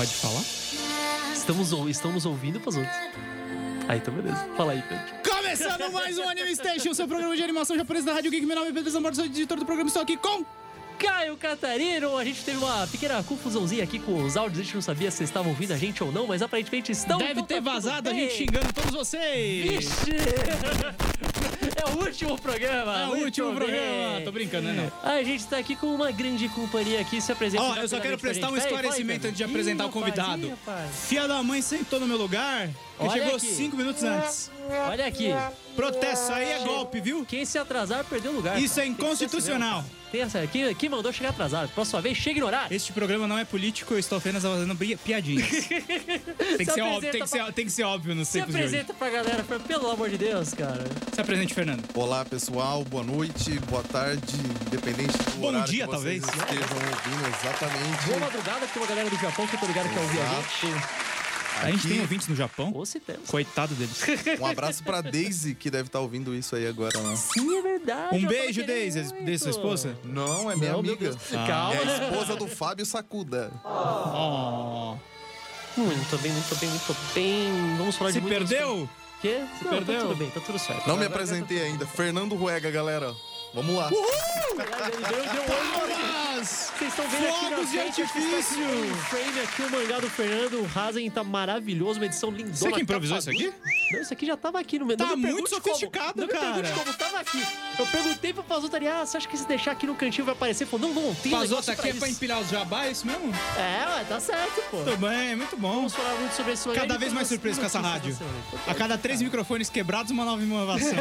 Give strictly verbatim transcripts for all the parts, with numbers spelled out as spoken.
Pode falar? Estamos, estamos ouvindo pros outros. Aí, então beleza. Fala aí, Pedro. Começando mais um Anime Station, seu programa de animação japonesa da Rádio Geek. Meu nome é Pedro Zambordo, sou editor do programa. Estou aqui com... Caio Catarino. A gente teve uma pequena confusãozinha aqui com os áudios. A gente não sabia se vocês estavam ouvindo a gente ou não, mas aparentemente estão. Deve então ter tá vazado a bem. gente xingando todos vocês. Vixe! É o último programa. É o muito último bem. programa. Tô brincando, né? Não. A gente tá aqui com uma grande companhia aqui. Se apresenta. Ó, eu só quero prestar um esclarecimento antes de apresentar o convidado. Filha da mãe sentou no meu lugar e Olha chegou aqui. cinco minutos antes. Olha aqui. Protesto, isso aí é golpe, viu? Quem se atrasar perdeu lugar. Isso cara. é Tem que ser assim inconstitucional. mesmo, cara. Tem essa aqui, quem mandou chegar atrasado. Próxima vez, chega no horário. Este programa não é político, eu estou apenas fazendo pi- piadinhas. Tem que, Se ser óbvio, apresenta tem, que ser, tem que ser óbvio nos Se tempos de hoje. apresenta pra galera, pelo amor de Deus, cara. Se apresente, Fernando. Olá, pessoal. Boa noite, boa tarde, independente do Bom horário dia, que vocês talvez. estejam ouvindo, exatamente. Boa madrugada, que tem uma galera do Japão que eu tô ligado que quer ouvir a gente. Exato. A gente Aqui, tem ouvintes no Japão? Ou se temos. Coitado deles. um abraço pra Daisy, que deve estar ouvindo isso aí agora, né? Sim, é verdade. Um eu tava beijo, querendo Daisy. muito. Daisy, sua esposa? Não, é minha Não, meu amiga. Deus. É Calma. a esposa do Fábio Sakuda. Oh. Muito bem, muito bem, muito bem. Vamos falar Se de muitas perdeu? coisas. Quê? Não, perdeu? Tá tudo bem, tá tudo certo. Não me Agora- apresentei ainda. Fernando Ruega, galera. Vamos lá. Caralho, ele deu, deu oi, Palmas! Vocês estão vendo aqui na Fogos de frente, artifício! Um frame aqui, o mangá do Fernando. O Razen tá maravilhoso, uma edição lindona. Você que improvisou isso capa aqui? dura. Não, isso aqui já tava aqui no meio. Tá Não me muito pergunte como. sofisticado, Não me cara. pergunte como, tava aqui. Eu perguntei pro Pazuta ali, ah, você acha que se deixar aqui no cantinho vai aparecer? Ele falou, não, não, tem um Pazota negócio aqui é pra isso. empilhar os jabá, é isso mesmo? É, ué, tá certo, pô. Muito bem, muito bom. Vamos falar muito sobre esse mangá. Cada e vez depois mais das surpreso com essa notícias rádio. da semana. A cada três microfones quebrados, uma nova inovação.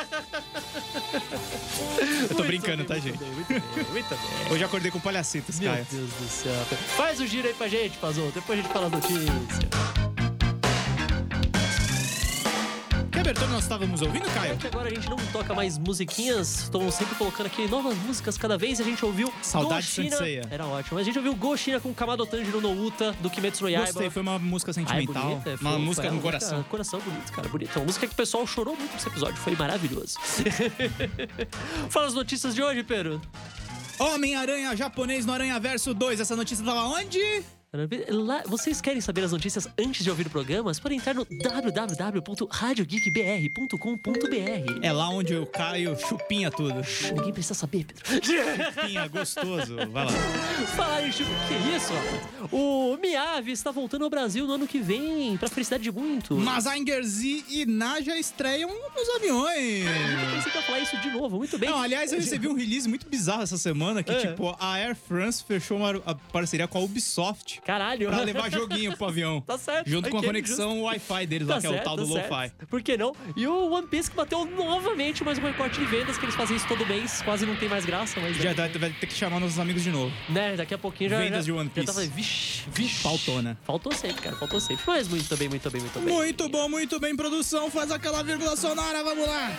Eu tô Muito brincando, bem, tá, muito gente? bem, muito bem, muito bem. Hoje acordei com palhacitas, Meu Caio. Deus do céu. Faz o giro aí pra gente, Pazuta. Depois a gente fala as notícias. Que abertura nós estávamos ouvindo, É Caio? que agora a gente não toca mais musiquinhas, estão sempre colocando aqui novas músicas cada vez. E a gente ouviu Saudade de Ghoshina. Senseiya. Era ótimo. Mas a gente ouviu Ghoshina com Kamado Tanjiro no Uta, do Kimetsu no Yaiba. Gostei, foi uma música Ah, é sentimental. bonita, é uma fofa, música é no uma coração. música- Coração bonito, cara, bonito. É uma música que o pessoal chorou muito nesse episódio, foi maravilhoso. Fala as notícias de hoje, Pedro. Homem-Aranha japonês no Aranha Verso dois. Essa notícia tava onde? Lá, vocês querem saber as notícias antes de ouvir o programa? Vocês podem entrar no w w w ponto radio geek b r ponto com ponto b r. É lá onde o Caio chupinha tudo. Ninguém precisa saber, Pedro. Chupinha, gostoso. Vai lá. Falar em Chico, que isso, rapaz? O Miyavi está voltando ao Brasil no ano que vem, pra felicidade de muito. Mazinger Z e Naja estreiam nos aviões. Você quer falar isso de novo, muito bem. Não, aliás, eu recebi um release muito bizarro essa semana que, É. tipo, a Air France fechou uma a parceria com a Ubisoft Caralho. pra levar joguinho pro avião. Tá certo. Junto com a ok, conexão Wi-Fi deles justo. lá, que é o certo, tal do tá certo. Lo-Fi. Por que não? E o One Piece que bateu novamente mais um recorte de vendas, que eles fazem isso todo mês, quase não tem mais graça, mas... Já vai vai ter que chamar nossos amigos de novo. Né, daqui a pouquinho já... Vendas já, de One Já Piece. tava, vixe, vixe. Faltou, né? Faltou sempre, cara, faltou sempre. Mas muito bem, muito bem, muito bem. Muito bom, muito bem, produção. Faz aquela vírgula sonora, vamos lá.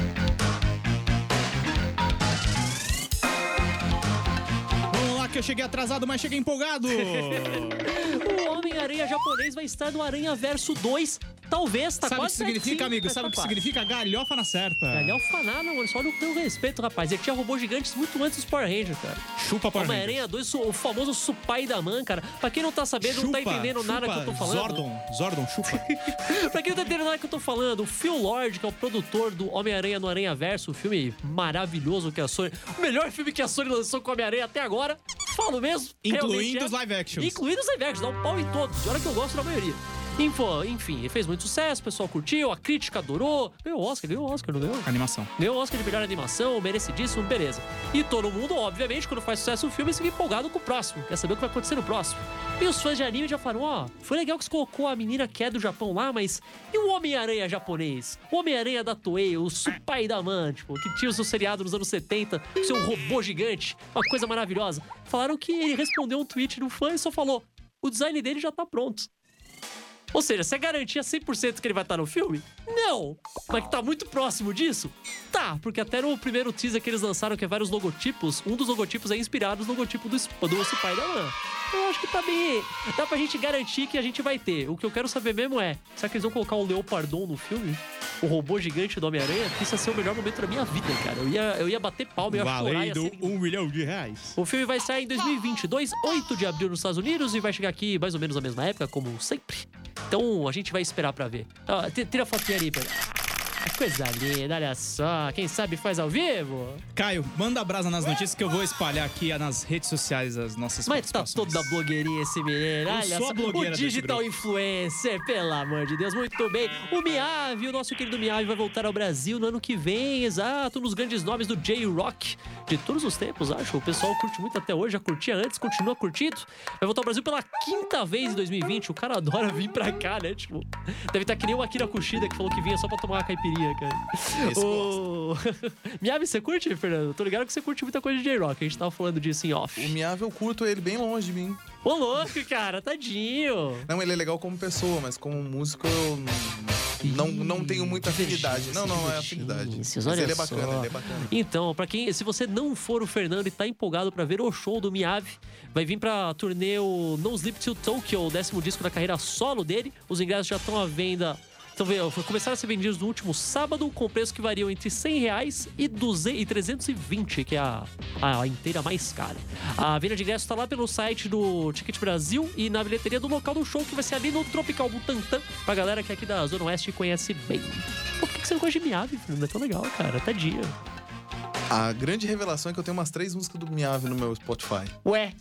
Vamos lá que eu cheguei atrasado, mas cheguei empolgado. O Homem-Aranha japonês vai estar no Aranha Verso dois. Talvez, tá Sabe o que quase certo significa, sim, amigo? mas Sabe o que capaz. significa? Galhofa na certa. Ele é alfanada, mano. Só olha o teu respeito, rapaz. Ele tinha robôs gigantes muito antes dos Power Rangers, cara. Chupa Power Rangers. Homem-Aranha dois, o famoso Supaidaman, cara. Pra quem não tá sabendo, não tá entendendo nada que eu tô falando. Zordon, Zordon, chupa. Pra quem não tá entendendo nada que eu tô falando, o Phil Lord, que é o produtor do Homem-Aranha no Aranha Verso, o filme maravilhoso que a Sony... O melhor filme que a Sony lançou com o Homem-Aranha até agora. Falo mesmo. Incluindo realmente os é. live actions. Incluindo os live actions. Dá um pau em todos. De hora que eu gosto da maioria. Info, enfim, ele fez muito sucesso, o pessoal curtiu, a crítica adorou. Ganhou o Oscar, ganhou o Oscar, não ganhou? Animação. Ganhou o Oscar de melhor animação, merecidíssimo, beleza. E todo mundo, obviamente, quando faz sucesso um filme, fica empolgado com o próximo. Quer saber o que vai acontecer no próximo. E os fãs de anime já falaram, ó, oh, foi legal que você colocou a menina que é do Japão lá, mas e o Homem-Aranha japonês? O Homem-Aranha da Toei, o Supaidaman, tipo, que tinha o seu seriado nos anos setenta, o seu robô gigante, uma coisa maravilhosa. Falaram que ele respondeu um tweet do fã e só falou, o design dele já tá pronto. Ou seja, você garantia cem por cento que ele vai estar no filme? Não! Mas que tá muito próximo disso? Tá, porque até no primeiro teaser que eles lançaram, que é vários logotipos, um dos logotipos é inspirado no logotipo do, do Spider-Man. Eu acho que tá bem... Dá pra gente garantir que a gente vai ter. O que eu quero saber mesmo é, será que eles vão colocar o Leopardon no filme? o robô gigante do Homem-Aranha, isso ia ser o melhor momento da minha vida, cara. Eu ia, eu ia bater palma, eu ia chorar. Valendo Ia ser... um milhão de reais. O filme vai sair em dois mil e vinte e dois, oito de abril nos Estados Unidos, e vai chegar aqui mais ou menos na mesma época, como sempre. Então a gente vai esperar pra ver. Ah, tira a fotinha ali, Pedro. Ah, coisa linda, olha só. Quem sabe faz ao vivo. Caio, manda brasa nas notícias que eu vou espalhar aqui nas redes sociais as nossas Mas tá participações. toda blogueirinha esse menino. Eu Olha sou a só. blogueira O desse digital grupo. influencer, pelo amor de Deus. Muito bem. O Miave, o nosso querido Miave, vai voltar ao Brasil no ano que vem. Exato, nos grandes nomes do J-Rock de todos os tempos, acho. O pessoal curte muito até hoje, já curtia antes, continua curtindo. Vai voltar ao Brasil pela quinta vez em dois mil e vinte. O cara adora vir pra cá, né? Tipo, deve estar que nem o Akira Kushida que falou que vinha só pra tomar uma caipirinha, cara. Esse O... Miave, você curte, Fernando? Tô ligado que você curte muita coisa de J-Rock. A gente tava falando disso em off. O Miave eu curto ele bem longe de mim. Ô, louco, cara, tadinho. Não, ele é legal como pessoa, mas como músico eu não, não tenho muita afinidade. Não, não, é afinidade. Mas Olha ele é só. bacana, ele é bacana. Então, pra quem, se você não for o Fernando e tá empolgado pra ver o show do Miave, vai vir pra turnê o No Sleep Till Tokyo, o décimo disco da carreira solo dele. Os ingressos já estão à venda. Então, começaram a ser vendidos no último sábado, com preços que variam entre cem reais e trezentos e vinte, que é a, a inteira mais cara. A venda de ingressos está lá pelo site do Ticket Brasil e na bilheteria do local do show, que vai ser ali no Tropical Butantã, pra galera que aqui da Zona Oeste conhece bem. Pô, por que você não gosta de Miave, filho? É tão legal, cara. Tadinho. A grande revelação é que eu tenho umas três músicas do Miave no meu Spotify. Ué.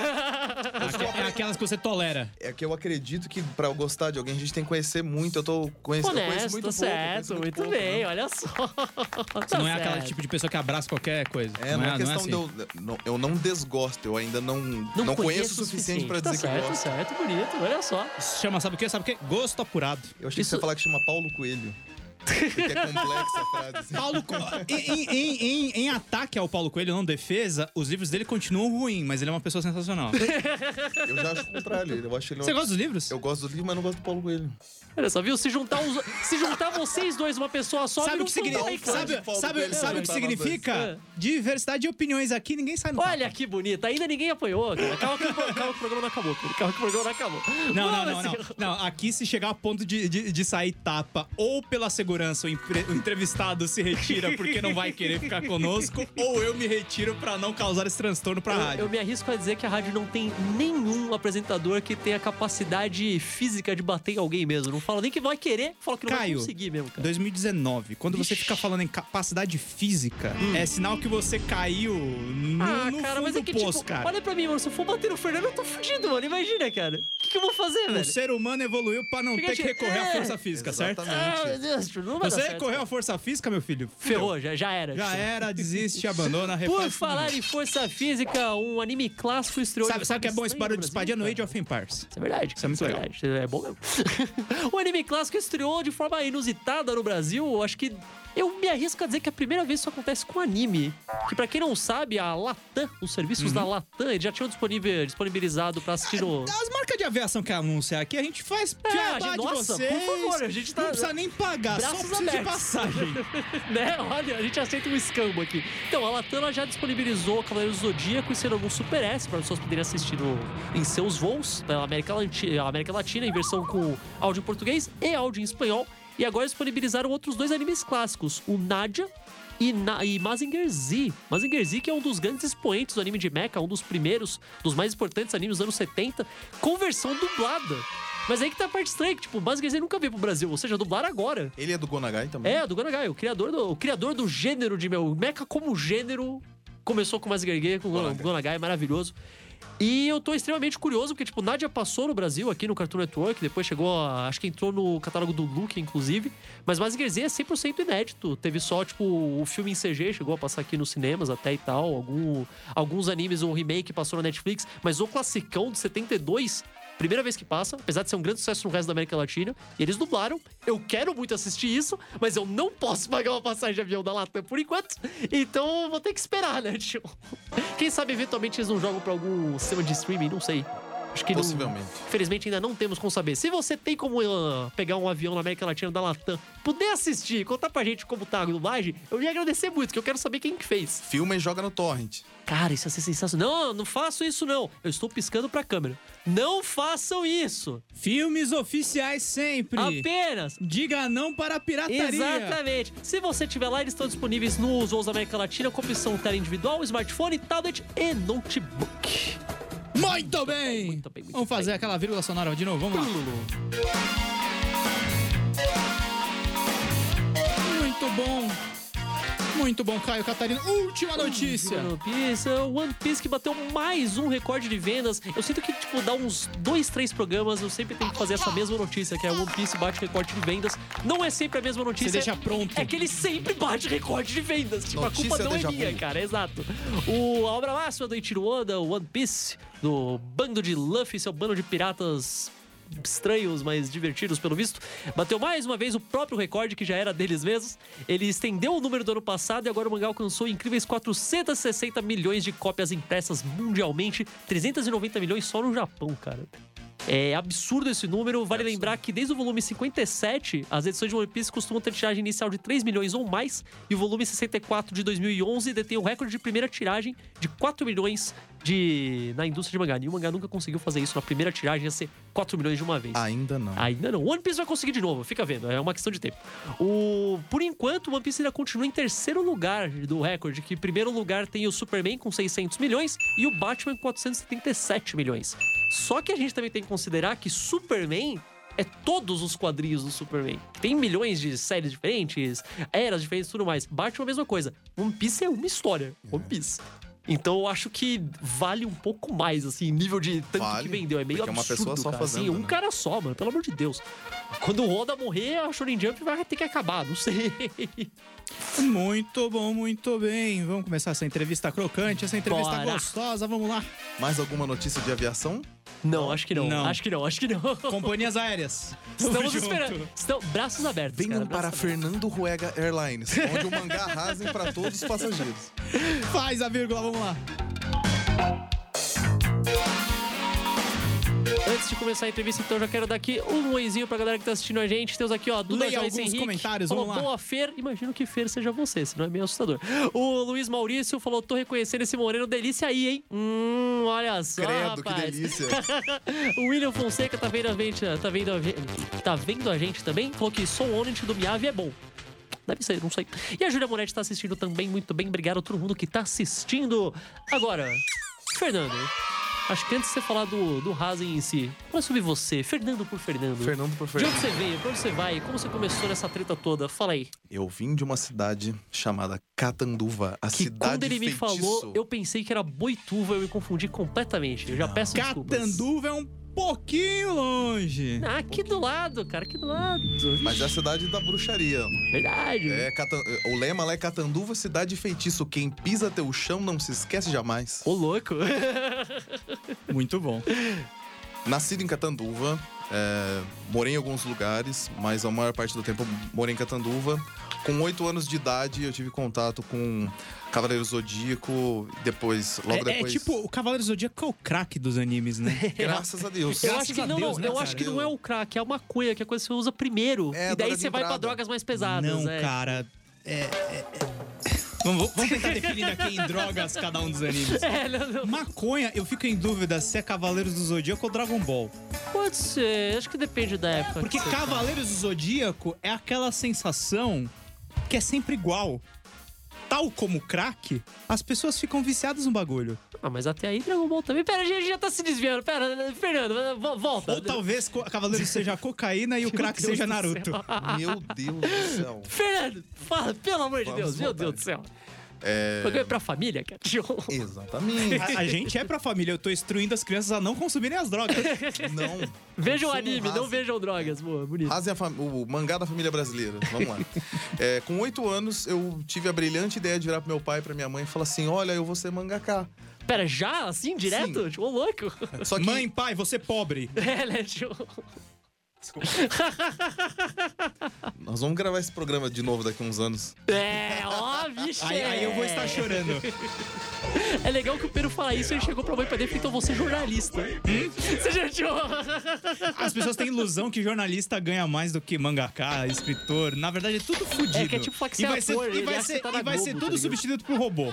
É aquelas que você tolera. É que eu acredito que pra eu gostar de alguém a gente tem que conhecer muito. Eu tô conhecendo, eu conheço Honesto, muito tá pouco. eu certo, conheço muito, pouco, bem, né? olha só. Você Tá não é aquele certo. tipo de pessoa que abraça qualquer coisa. É, não, é questão assim. de eu... Não, eu não desgosto, eu ainda não, não, conheço o suficiente pra dizer tá que eu certo, gosto. certo, bonito, olha só. Isso chama, sabe o quê? Sabe o quê? Gosto apurado. Eu achei Isso- que você ia falar que chama Paulo Coelho. Porque é complexa a frase. assim. Paulo Co... em, em, em, em, em ataque ao Paulo Coelho, não defesa, os livros dele continuam ruins, mas ele é uma pessoa sensacional. Eu já acho o contrário. Eu acho ele Você uma- gosta dos livros? Eu gosto dos livros, mas não gosto do Paulo Coelho. Olha só, viu? Se juntar, os, se juntar vocês dois, uma pessoa só, Sabe vira o que um significa? fanboy, cara. Sabe, Paulo sabe, Coelho sabe o que também tá significa? nós dois. Diversidade de opiniões aqui, ninguém sai no Olha que bonito, ainda ninguém apanhou, cara. Calma que, o- calma que o programa não acabou, cara. Calma que o programa não acabou. Não, não, Vamos, não, não. assim, Não, aqui se chegar a ponto de, de, de sair tapa ou pela segurança o, empre- o entrevistado se retira porque não vai querer ficar conosco, ou eu me retiro pra não causar esse transtorno pra Eu, rádio. eu me arrisco a dizer que a rádio não tem nenhum apresentador que tenha capacidade física de bater em alguém mesmo. Não falo nem que vai querer, falo que não vai Caio, conseguir mesmo, cara. dois mil e dezenove, quando você Ixi. fica falando em capacidade física, é sinal que você caiu no, Ah, no cara, fundo mas é do que, poço, tipo, cara. olha pra mim, mano. Se eu for bater no Fernando, eu tô fudido, mano. Imagina, cara. O que, que eu vou fazer, O velho? ser humano evoluiu pra não Fica ter que tipo, recorrer à é, força física, certo? Ah, Exatamente. meu Deus, não vai Você dar certo, recorreu cara. à força física, meu filho? Ferrou, já, já era. Já era, desiste, abandona, Por refaz. tudo falar de novo. em força física, um anime clássico estreou... Sabe, de sabe o que é bom esse estranho barulho de no espadinha no Brasil, Age of Empires? Isso é verdade. Isso é muito legal. verdade. É bom mesmo. O anime clássico estreou de forma inusitada no Brasil. Eu acho que... Eu me arrisco a dizer que é a primeira vez que isso acontece com anime. Que pra quem não sabe, a Latam, os serviços Uhum. da Latam, eles já tinham disponível, disponibilizado pra assistir no... As marcas de aviação que anunciam aqui, a gente faz É, piada a gente- de nossa, vocês. por favor, a gente tá- Não precisa nem pagar, só Braços precisa de abertos. passagem. né? Olha, a gente aceita um escambo aqui. Então, a Latam ela já disponibilizou Cavaleiros do Zodíaco e Sailor Super S para as pessoas poderem assistir no, em seus voos pela América, Lati- América Latina, em versão com áudio em português e áudio em espanhol. E agora disponibilizaram outros dois animes clássicos, o Nadia e, Na e Mazinger Z. Mazinger Z, que é um dos grandes expoentes do anime de mecha, um dos primeiros, dos mais importantes animes dos anos setenta, com versão dublada. Mas aí que tá a parte estranha, que tipo, o Mazinger Z nunca veio pro Brasil, ou seja, dublaram agora. Ele é do Gonagai também? É, do Gonagai, o criador do, o criador do gênero de meu. Mecha como gênero começou com o Mazinger Z, com o Gonagai. Gonagai, maravilhoso. E eu tô extremamente curioso, porque, tipo, Nadia passou no Brasil, aqui no Cartoon Network, depois chegou, a, acho que entrou no catálogo do Luke, inclusive. Mas Mazinger Z é cem por cento inédito. Teve só, tipo, o filme em C G, chegou a passar aqui nos cinemas até e tal. Algum, alguns animes, um remake passou na Netflix. Mas o classicão de setenta e dois... Primeira vez que passa, apesar de ser um grande sucesso no resto da América Latina. E eles dublaram. Eu quero muito assistir isso, mas eu não posso pagar uma passagem de avião da Latam por enquanto. Então vou ter que esperar, né, tio? Quem sabe eventualmente eles não jogam pra algum sistema de streaming, não sei. Acho que Possivelmente. Não, infelizmente ainda não temos como saber. Se você tem como uh, pegar um avião na América Latina da Latam, puder assistir, contar pra gente como tá a dublagem, eu ia agradecer muito, que eu quero saber quem que fez. Filma e joga no torrent. Cara, isso ia ser sensacional. Não, não faço isso não. Eu estou piscando pra câmera. Não façam isso. Filmes oficiais sempre. Apenas. Diga não para a pirataria. Exatamente. Se você estiver lá, eles estão disponíveis nos voos da América Latina com opção tela individual, smartphone, tablet e notebook. Muito bem. Muito bem, muito Vamos fazer bem. aquela vírgula sonora de novo, vamos lá. Muito bom. Muito bom, Caio Catarina. Última notícia. One Piece, One Piece que bateu mais um recorde de vendas. Eu sinto que, tipo, dá uns dois, três programas, eu sempre tenho que fazer essa mesma notícia, que é One Piece bate recorde de vendas. Não é sempre a mesma notícia. Você deixa pronto. É que ele sempre bate recorde de vendas. Tipo, Notícia a culpa não é déjà minha, vu. cara. Exato. O, a obra máxima do Eiichiro Oda, o One Piece, do bando de Luffy, seu bando de piratas estranhos, mas divertidos pelo visto, bateu mais uma vez o próprio recorde que já era deles mesmos. Ele estendeu o número do ano passado e agora o mangá alcançou incríveis quatrocentos e sessenta milhões de cópias impressas mundialmente, trezentos e noventa milhões só no Japão, cara. É absurdo esse número. Vale lembrar que desde o volume cinquenta e sete, as edições de One Piece costumam ter tiragem inicial de três milhões ou mais, e o volume sessenta e quatro de dois mil e onze detém o recorde de primeira tiragem de quatro milhões de... na indústria de mangá. Nenhum mangá nunca conseguiu fazer isso na primeira tiragem, ia ser quatro milhões de uma vez. Ainda não. Ainda não. One Piece vai conseguir de novo, fica vendo, é uma questão de tempo. O... Por enquanto, o One Piece ainda continua em terceiro lugar do recorde, que em primeiro lugar tem o Superman com seiscentos milhões e o Batman com quatrocentos e setenta e sete milhões. Só que a gente também tem que considerar que Superman é todos os quadrinhos do Superman. Tem milhões de séries diferentes, eras diferentes e tudo mais. Batman é a mesma coisa. One Piece é uma história. One Piece. Então eu acho que vale um pouco mais, assim, nível de tanto Vale, que vendeu. É meio porque é uma absurdo, pessoa só cara. fazendo, Assim, um né? cara só, mano. Pelo amor de Deus. Quando o Oda morrer, a Shonen Jump vai ter que acabar. Não sei. Muito bom, muito bem. Vamos começar essa entrevista crocante, essa entrevista Bora. gostosa. Vamos lá. Mais alguma notícia de aviação? Não, acho que não. Não. Acho que não, acho que não. Companhias aéreas. Estamos Tamo junto. esperando. Estão braços abertos. Venham cara, para braços Fernando Ruega Airlines, onde o mangá arrasem para todos os passageiros. Faz a vírgula, vamos lá. Antes de começar a entrevista, então, já quero dar aqui um oizinho pra galera que tá assistindo a gente. Temos aqui, ó, Duda Leia Joyce alguns Henrique. comentários, falou, vamos lá. boa Fer. Imagino que Fer seja você, senão é meio assustador. O Luiz Maurício falou, tô reconhecendo esse moreno delícia aí, hein? Hum, olha só, Credo, que rapaz. delícia. O William Fonseca tá vendo a gente, tá vendo a gente, tá vendo a gente também. Falou que Soul Onent do Miyavi é bom. Deve ser, não sei. E a Júlia Moretti tá assistindo também, muito bem. Obrigado a todo mundo que tá assistindo. Agora, Fernando, acho que antes de você falar do, do Rasen em si, fala sobre você, Fernando por Fernando. Fernando por De Fernando. onde você veio? Pra onde você vai? Como você começou nessa treta toda? Fala aí. Eu vim de uma cidade chamada Catanduva, a Que cidade quando ele me feitiço. falou, eu pensei que era Boituva, eu me confundi completamente. Eu já peço desculpas. Catanduva é um pouquinho longe. Ah, aqui do lado, cara, aqui do lado. Mas é a cidade da bruxaria. Verdade. É, Catan... O lema lá é Catanduva, cidade feitiço. Quem pisa teu chão não se esquece jamais. Ô, louco. Muito bom. Nascido em Catanduva, é, morei em alguns lugares, mas a maior parte do tempo eu morei em Catanduva. Com oito anos de idade, eu tive contato com Cavaleiro Zodíaco, depois, logo é, depois... é tipo, o Cavaleiro Zodíaco é o craque dos animes, né? Graças a Deus. Eu Graças acho que a não, Deus, não, né, eu cara? acho que não é o crack, é a maconha, que é a coisa que você usa primeiro. É, e daí droga de você vai pra entrada. drogas mais pesadas. Não, é. cara. É, é, é. Vamos, vamos tentar definir aqui em drogas cada um dos animes. É, não, não. Maconha, eu fico em dúvida se é Cavaleiros do Zodíaco ou Dragon Ball. Pode ser, acho que depende da época. Porque que você tá. Cavaleiros do Zodíaco é aquela sensação que é sempre igual. Tal como crack, as pessoas ficam viciadas no bagulho. Ah, mas até aí Dragon Ball também. Pera, a gente já tá se desviando. Pera, Fernando, vo- volta. Ou talvez co- Cavaleiros seja cocaína e o Meu crack Deus seja do Naruto. céu. Meu Deus do céu. Fernando, fala, pelo amor de Vamos Deus, meu voltar. Deus do céu. É... Programa é pra família, cara. Exatamente. A, a gente é pra família, eu tô instruindo as crianças a não consumirem as drogas. Não. Vejam Consumo anime, não Rasen. vejam drogas. Boa, bonito. Rasen é a fam- o mangá da família brasileira. Vamos lá. É, com oito anos, eu tive a brilhante ideia de virar pro meu pai e pra minha mãe e falar assim: olha, eu vou ser mangaká. Pera, já? Assim, direto? Sim. Tipo, ô louco. Só que Mãe, pai, você pobre. É, né, tipo... Nós vamos gravar esse programa de novo daqui a uns anos. É, ó, bicho. Aí, aí eu vou estar chorando. É legal que o Pedro fala isso e ele chegou pra mãe pra dentro, então você é jornalista. Hum? Você já achou? As pessoas têm ilusão que jornalista ganha mais do que mangaka, escritor. Na verdade, é tudo fodido. É que é tipo falar que você e é vai ser, ator, e ele vai acha que ser, tá na e vai Globo, ser tá tudo ligado? substituído por robô.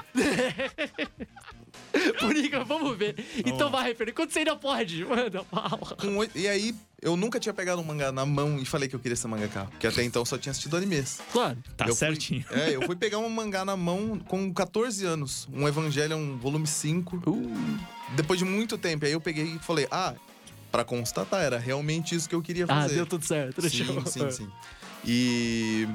Por enquanto, vamos ver. Então vai, Pedro, enquanto você ainda pode, manda bala. Com oito- E aí, eu nunca tinha pegado um mangá na mão e falei que eu queria ser mangaka. Porque até então eu só tinha assistido animes. Claro. Tá Eu fui- certinho. É, eu fui pegar um mangá na mão com catorze anos. Um Evangelion volume cinco. Uh. Depois de muito tempo. Aí eu peguei e falei, ah, pra constatar, era realmente isso que eu queria Ah, fazer. deu tudo certo. Sim, deixa eu- sim, sim. E...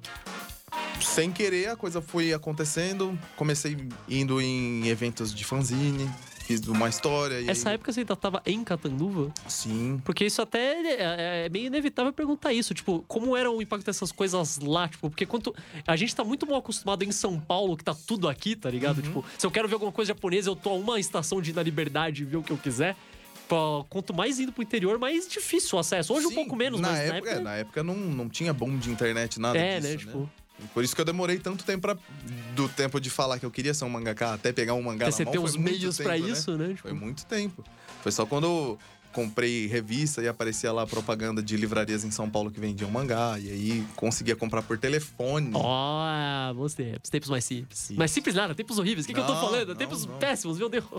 sem querer, a coisa foi acontecendo. Comecei indo em eventos de fanzine. Fiz uma história. E Essa aí... época você ainda tava em Catanduva? Sim. Porque isso até é, é meio inevitável perguntar isso. Tipo, como era o impacto dessas coisas lá? Tipo, porque quanto. A gente tá muito mal acostumado em São Paulo, que tá tudo aqui, tá ligado? Uhum. Tipo, se eu quero ver alguma coisa japonesa, eu tô a uma estação de ir na Liberdade e ver o que eu quiser. Pô, quanto mais indo pro interior, mais difícil o acesso. Hoje um Sim, pouco menos, na mas época, na época. é, na época não, não tinha boom de internet, nada É, disso, né? Tipo. Por isso que eu demorei tanto tempo pra, do tempo de falar que eu queria ser um mangaka até pegar um mangá Até na você mão. ter foi os muito meios tempo, pra né? isso, né? Tipo, Foi muito tempo. Foi só quando eu comprei revista e aparecia lá propaganda de livrarias em São Paulo que vendiam mangá. E aí conseguia comprar por telefone. Ó, bons tempos. Tempos mais simples. Sim. Mais simples nada, tempos horríveis. O que, que eu tô Não, falando? não, Tempos não. péssimos, meu Deus.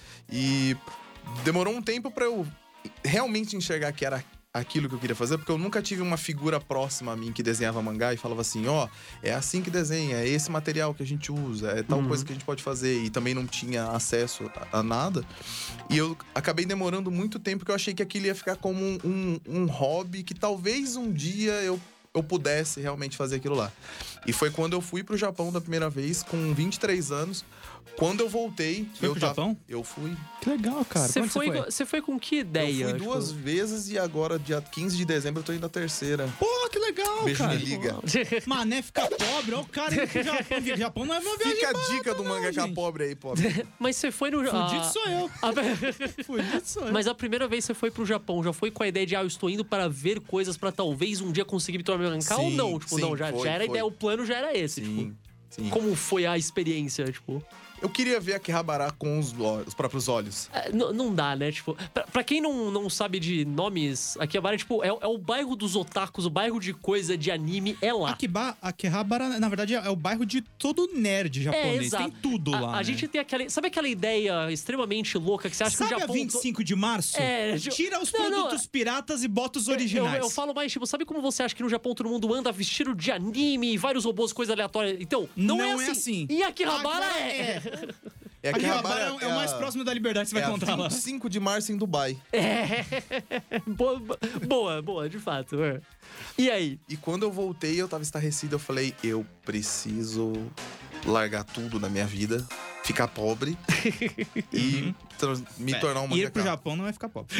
E demorou um tempo pra eu realmente enxergar que era aquilo que eu queria fazer, porque eu nunca tive uma figura próxima a mim que desenhava mangá e falava assim, ó, oh, é assim que desenha, é esse material que a gente usa, é tal Uhum. coisa que a gente pode fazer, e também não tinha acesso a, a nada. E eu acabei demorando muito tempo, porque eu achei que aquilo ia ficar como um, um, um hobby que talvez um dia eu eu pudesse realmente fazer aquilo lá. E foi quando eu fui pro Japão da primeira vez, com vinte e três anos. Quando eu voltei... Foi eu pro tava- Japão? Eu fui. Que legal, cara. Você Quando foi, você foi com que ideia? Eu fui Tipo, duas vezes e agora, dia quinze de dezembro, eu tô indo na terceira. Pô, que legal, Beijo cara. me liga. Mané fica pobre, ó o cara indo pro Japão. O Japão não é uma viagem Fica a barata, dica do não, mangaka gente. pobre aí, pobre. Mas você foi no... Fudido a- sou eu. a- Fudido sou eu. Mas a primeira vez que você foi pro Japão, já foi com a ideia de, ah, eu estou indo para ver coisas pra talvez um dia conseguir me tornar mangaka? Ou Sim, não? Tipo, sim, não, já, foi, já era a foi. ideia, o plano já era esse. Sim, Tipo, sim. como foi a experiência, tipo... Eu queria ver Akihabara com os, ó- os próprios olhos. É, n- não dá, né? Tipo, pra, pra quem não, não sabe de nomes, Akihabara é, tipo, é, é o bairro dos otakus, o bairro de coisa de anime é lá. Akiba, Akihabara, na verdade, é o bairro de todo nerd japonês. exato. Tem tudo a, lá, A né? gente tem aquela... Sabe aquela ideia extremamente louca que você acha Sabe que o a Japão... vinte e cinco de março? É, tipo- Tira os Não, não, produtos piratas e bota os Eu, originais. eu falo mais, tipo, sabe como você acha que no Japão todo mundo anda vestido de anime e vários robôs, coisa aleatória? Então, não, Não é, é assim. assim. E Akihabara Akihabara é. É Akihabara é, é o mais a- próximo da liberdade que você É vai a encontrar lá. vinte e cinco de março em Dubai. É. Boa, boa, boa, de fato. é. E aí? E quando eu voltei, eu tava estarrecido. Eu falei, eu preciso largar tudo na minha vida, ficar pobre e tra- me É, tornar um ir pro mangaka. Japão não vai ficar pobre.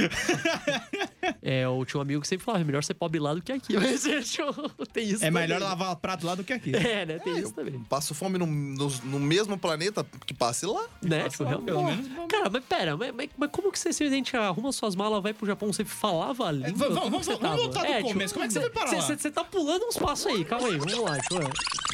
É, eu tinha um amigo que sempre falava, é melhor ser pobre lá do que aqui. Mas tem isso É também. melhor lavar prato lá do que aqui. É, né? Tem isso também. Passo fome no, no, no mesmo planeta que passe lá. Né? Tipo, realmente. Pelo menos vamos- Cara, mas pera, mas, mas- mas como que você simplesmente arruma suas malas, vai pro Japão, você falava a língua? É, vamos- Como vamos- que você vamos tava? voltar do É, começo. Como é que você foi parar lá? Você você tá pulando uns passos aí, calma aí, vamos lá. Deixa eu ver.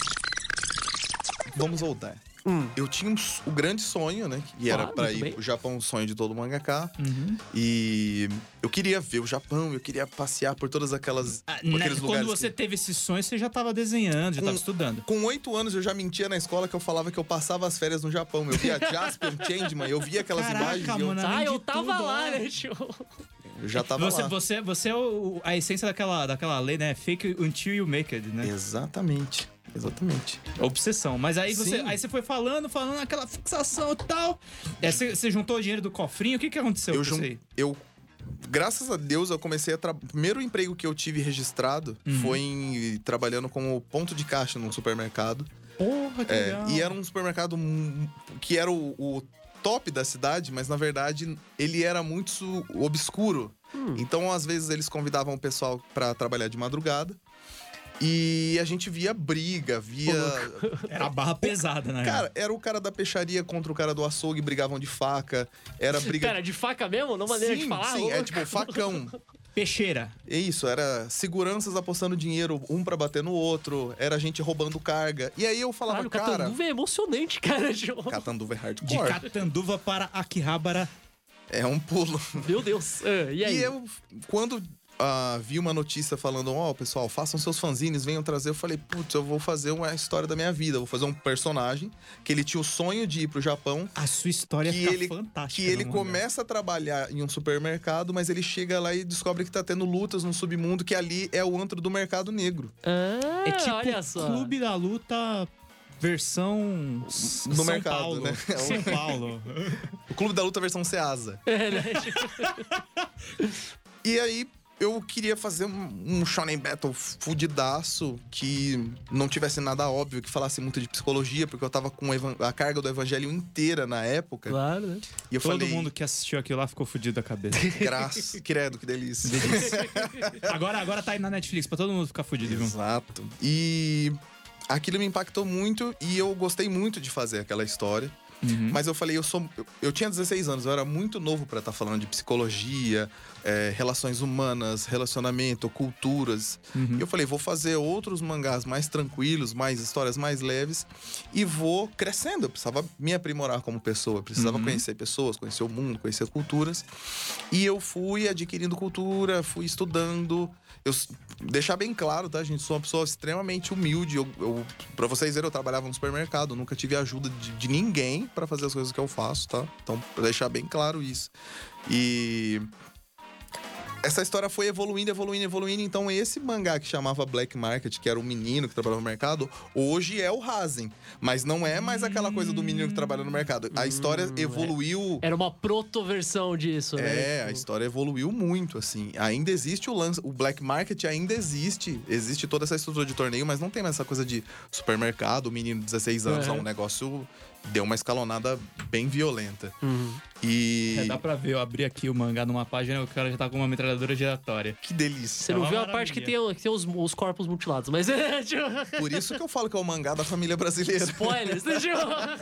Vamos voltar. Hum. Eu tinha um s- o grande sonho, né? Que era Claro, pra muito ir bem. pro Japão, o sonho de todo mangaka. Uhum. E eu queria ver o Japão, eu queria passear por todas aquelas Ah, por né, aqueles quando lugares. você que- teve esse sonho, você já tava desenhando, já Com- tava estudando. Com oito anos eu já mentia na escola que eu falava que eu passava as férias no Japão. Eu via Jasper, Changeman, eu via aquelas Caraca, imagens e eu, mano. Ah, além eu de tava tudo, lá, é. né, tio? eu já tava Você, lá. você, você é o- a essência daquela, daquela lei, né? Fake until you make it, né? Exatamente. Exatamente. Obsessão. Mas aí você, Sim. aí você foi falando, falando aquela fixação e tal. Aí você, você juntou o dinheiro do cofrinho. O que, que aconteceu Eu, com jun... isso aí? eu graças a Deus eu comecei a tra... o primeiro emprego que eu tive registrado Uhum. foi em... trabalhando como ponto de caixa num supermercado. Porra, que É, legal. e era um supermercado mu- que era o, o top da cidade, mas na verdade ele era muito su- obscuro. Hum. Então às vezes eles convidavam o pessoal pra trabalhar de madrugada. E a gente via briga, via. Era a barra pesada, né? Cara, era o cara da peixaria contra o cara do açougue, brigavam de faca. Era briga. Pera, de faca mesmo? Não maneira sim, de falar? sim, Ô, é tipo facão. Peixeira. É isso, era seguranças apostando dinheiro um pra bater no outro, era gente roubando carga. E aí eu falava, Caralho, cara... Catanduva é emocionante, cara. Catanduva é De hardcore. Catanduva para Akihabara. É um pulo. Meu Deus. Ah, e aí? E eu, quando ah, vi uma notícia falando, ó, pessoal, façam seus fanzines, venham trazer, eu falei, putz, eu vou fazer uma história da minha vida, vou fazer um personagem que ele tinha o sonho de ir pro Japão, A sua história que fica ele, fantástica. que ele no mangá. começa a trabalhar em um supermercado, mas ele chega lá e descobre que tá tendo lutas no submundo, que ali é o antro do mercado negro. Ah, É tipo olha só. Clube da Luta versão No São mercado, Paulo. né? São Paulo. O Clube da Luta versão Ceasa. É, né? E aí, eu queria fazer um, um shonen battle fudidaço, que não tivesse nada óbvio, que falasse muito de psicologia, porque eu tava com a carga do evangelho inteira na época. Claro, né? E eu Todo falei, mundo que assistiu aquilo lá ficou fudido da cabeça. graças, credo, que delícia. agora, agora tá aí na Netflix pra todo mundo ficar fudido, viu? Exato. E aquilo me impactou muito e eu gostei muito de fazer aquela história. Uhum. Mas eu falei, eu sou. Eu, eu tinha dezesseis anos, eu era muito novo pra estar falando de psicologia, é, relações humanas, relacionamento, culturas. Uhum. E eu falei, vou fazer outros mangás mais tranquilos, mais histórias mais leves e vou crescendo. Eu precisava me aprimorar como pessoa, eu precisava Uhum. conhecer pessoas, conhecer o mundo, conhecer culturas. E eu fui adquirindo cultura, fui estudando. Eu deixar bem claro, tá, gente? Sou uma pessoa extremamente humilde. Eu, eu, pra vocês verem, eu trabalhava no supermercado, nunca tive ajuda de, de ninguém pra fazer as coisas que eu faço, tá? Então, pra deixar bem claro isso. E essa história foi evoluindo, evoluindo, evoluindo. Então, esse mangá que chamava Black Market, que era um menino que trabalhava no mercado, hoje é o Rasen. Mas não é mais aquela coisa do menino que trabalha no mercado. A história evoluiu. Era uma proto-versão disso, né? É, a Tipo, história evoluiu muito, assim. Ainda existe o lance, o Black Market ainda existe. Existe toda essa estrutura de torneio, mas não tem mais essa coisa de supermercado, menino de dezesseis anos. É Uhum. um negócio deu uma escalonada bem violenta. Uhum. E É, dá pra ver, eu abri aqui o mangá numa página e o cara já tá com uma metralhadora giratória. que delícia. Você É não uma viu a maravilha. parte que tem, que tem os, os corpos mutilados, mas é, tipo, Por isso que eu falo que é o mangá da família brasileira. spoilers, né? Tipo,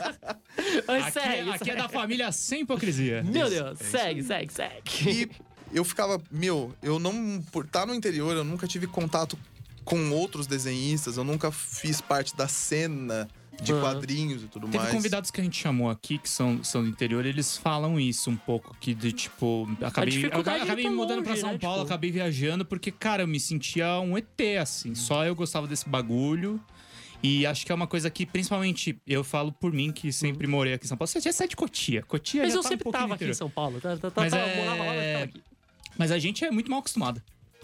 mas Aqui, segue, aqui é segue. da família sem hipocrisia. Meu Isso, Deus, é isso segue, segue, segue. E eu ficava, meu, eu não, por estar no interior, eu nunca tive contato com outros desenhistas, eu nunca fiz parte da cena de Uhum. quadrinhos e tudo Teve mais. convidados que a gente chamou aqui, que são, são do interior, eles falam isso um pouco, que de tipo, acabei, dificuldade de acabei ir me tão mudando pra longe, São né, Paulo, tipo- acabei viajando, porque, cara, eu me sentia um E T, assim, só eu gostava desse bagulho. E acho que é uma coisa que, principalmente, eu falo por mim, que sempre morei aqui em São Paulo. Você já sai de Cotia. Cotia Mas já eu tá um sempre pouquinho tava no aqui em interior. São Paulo. Tá, tá, Mas tá, é- morava lá, mas tava aqui. Mas a gente é muito mal acostumado.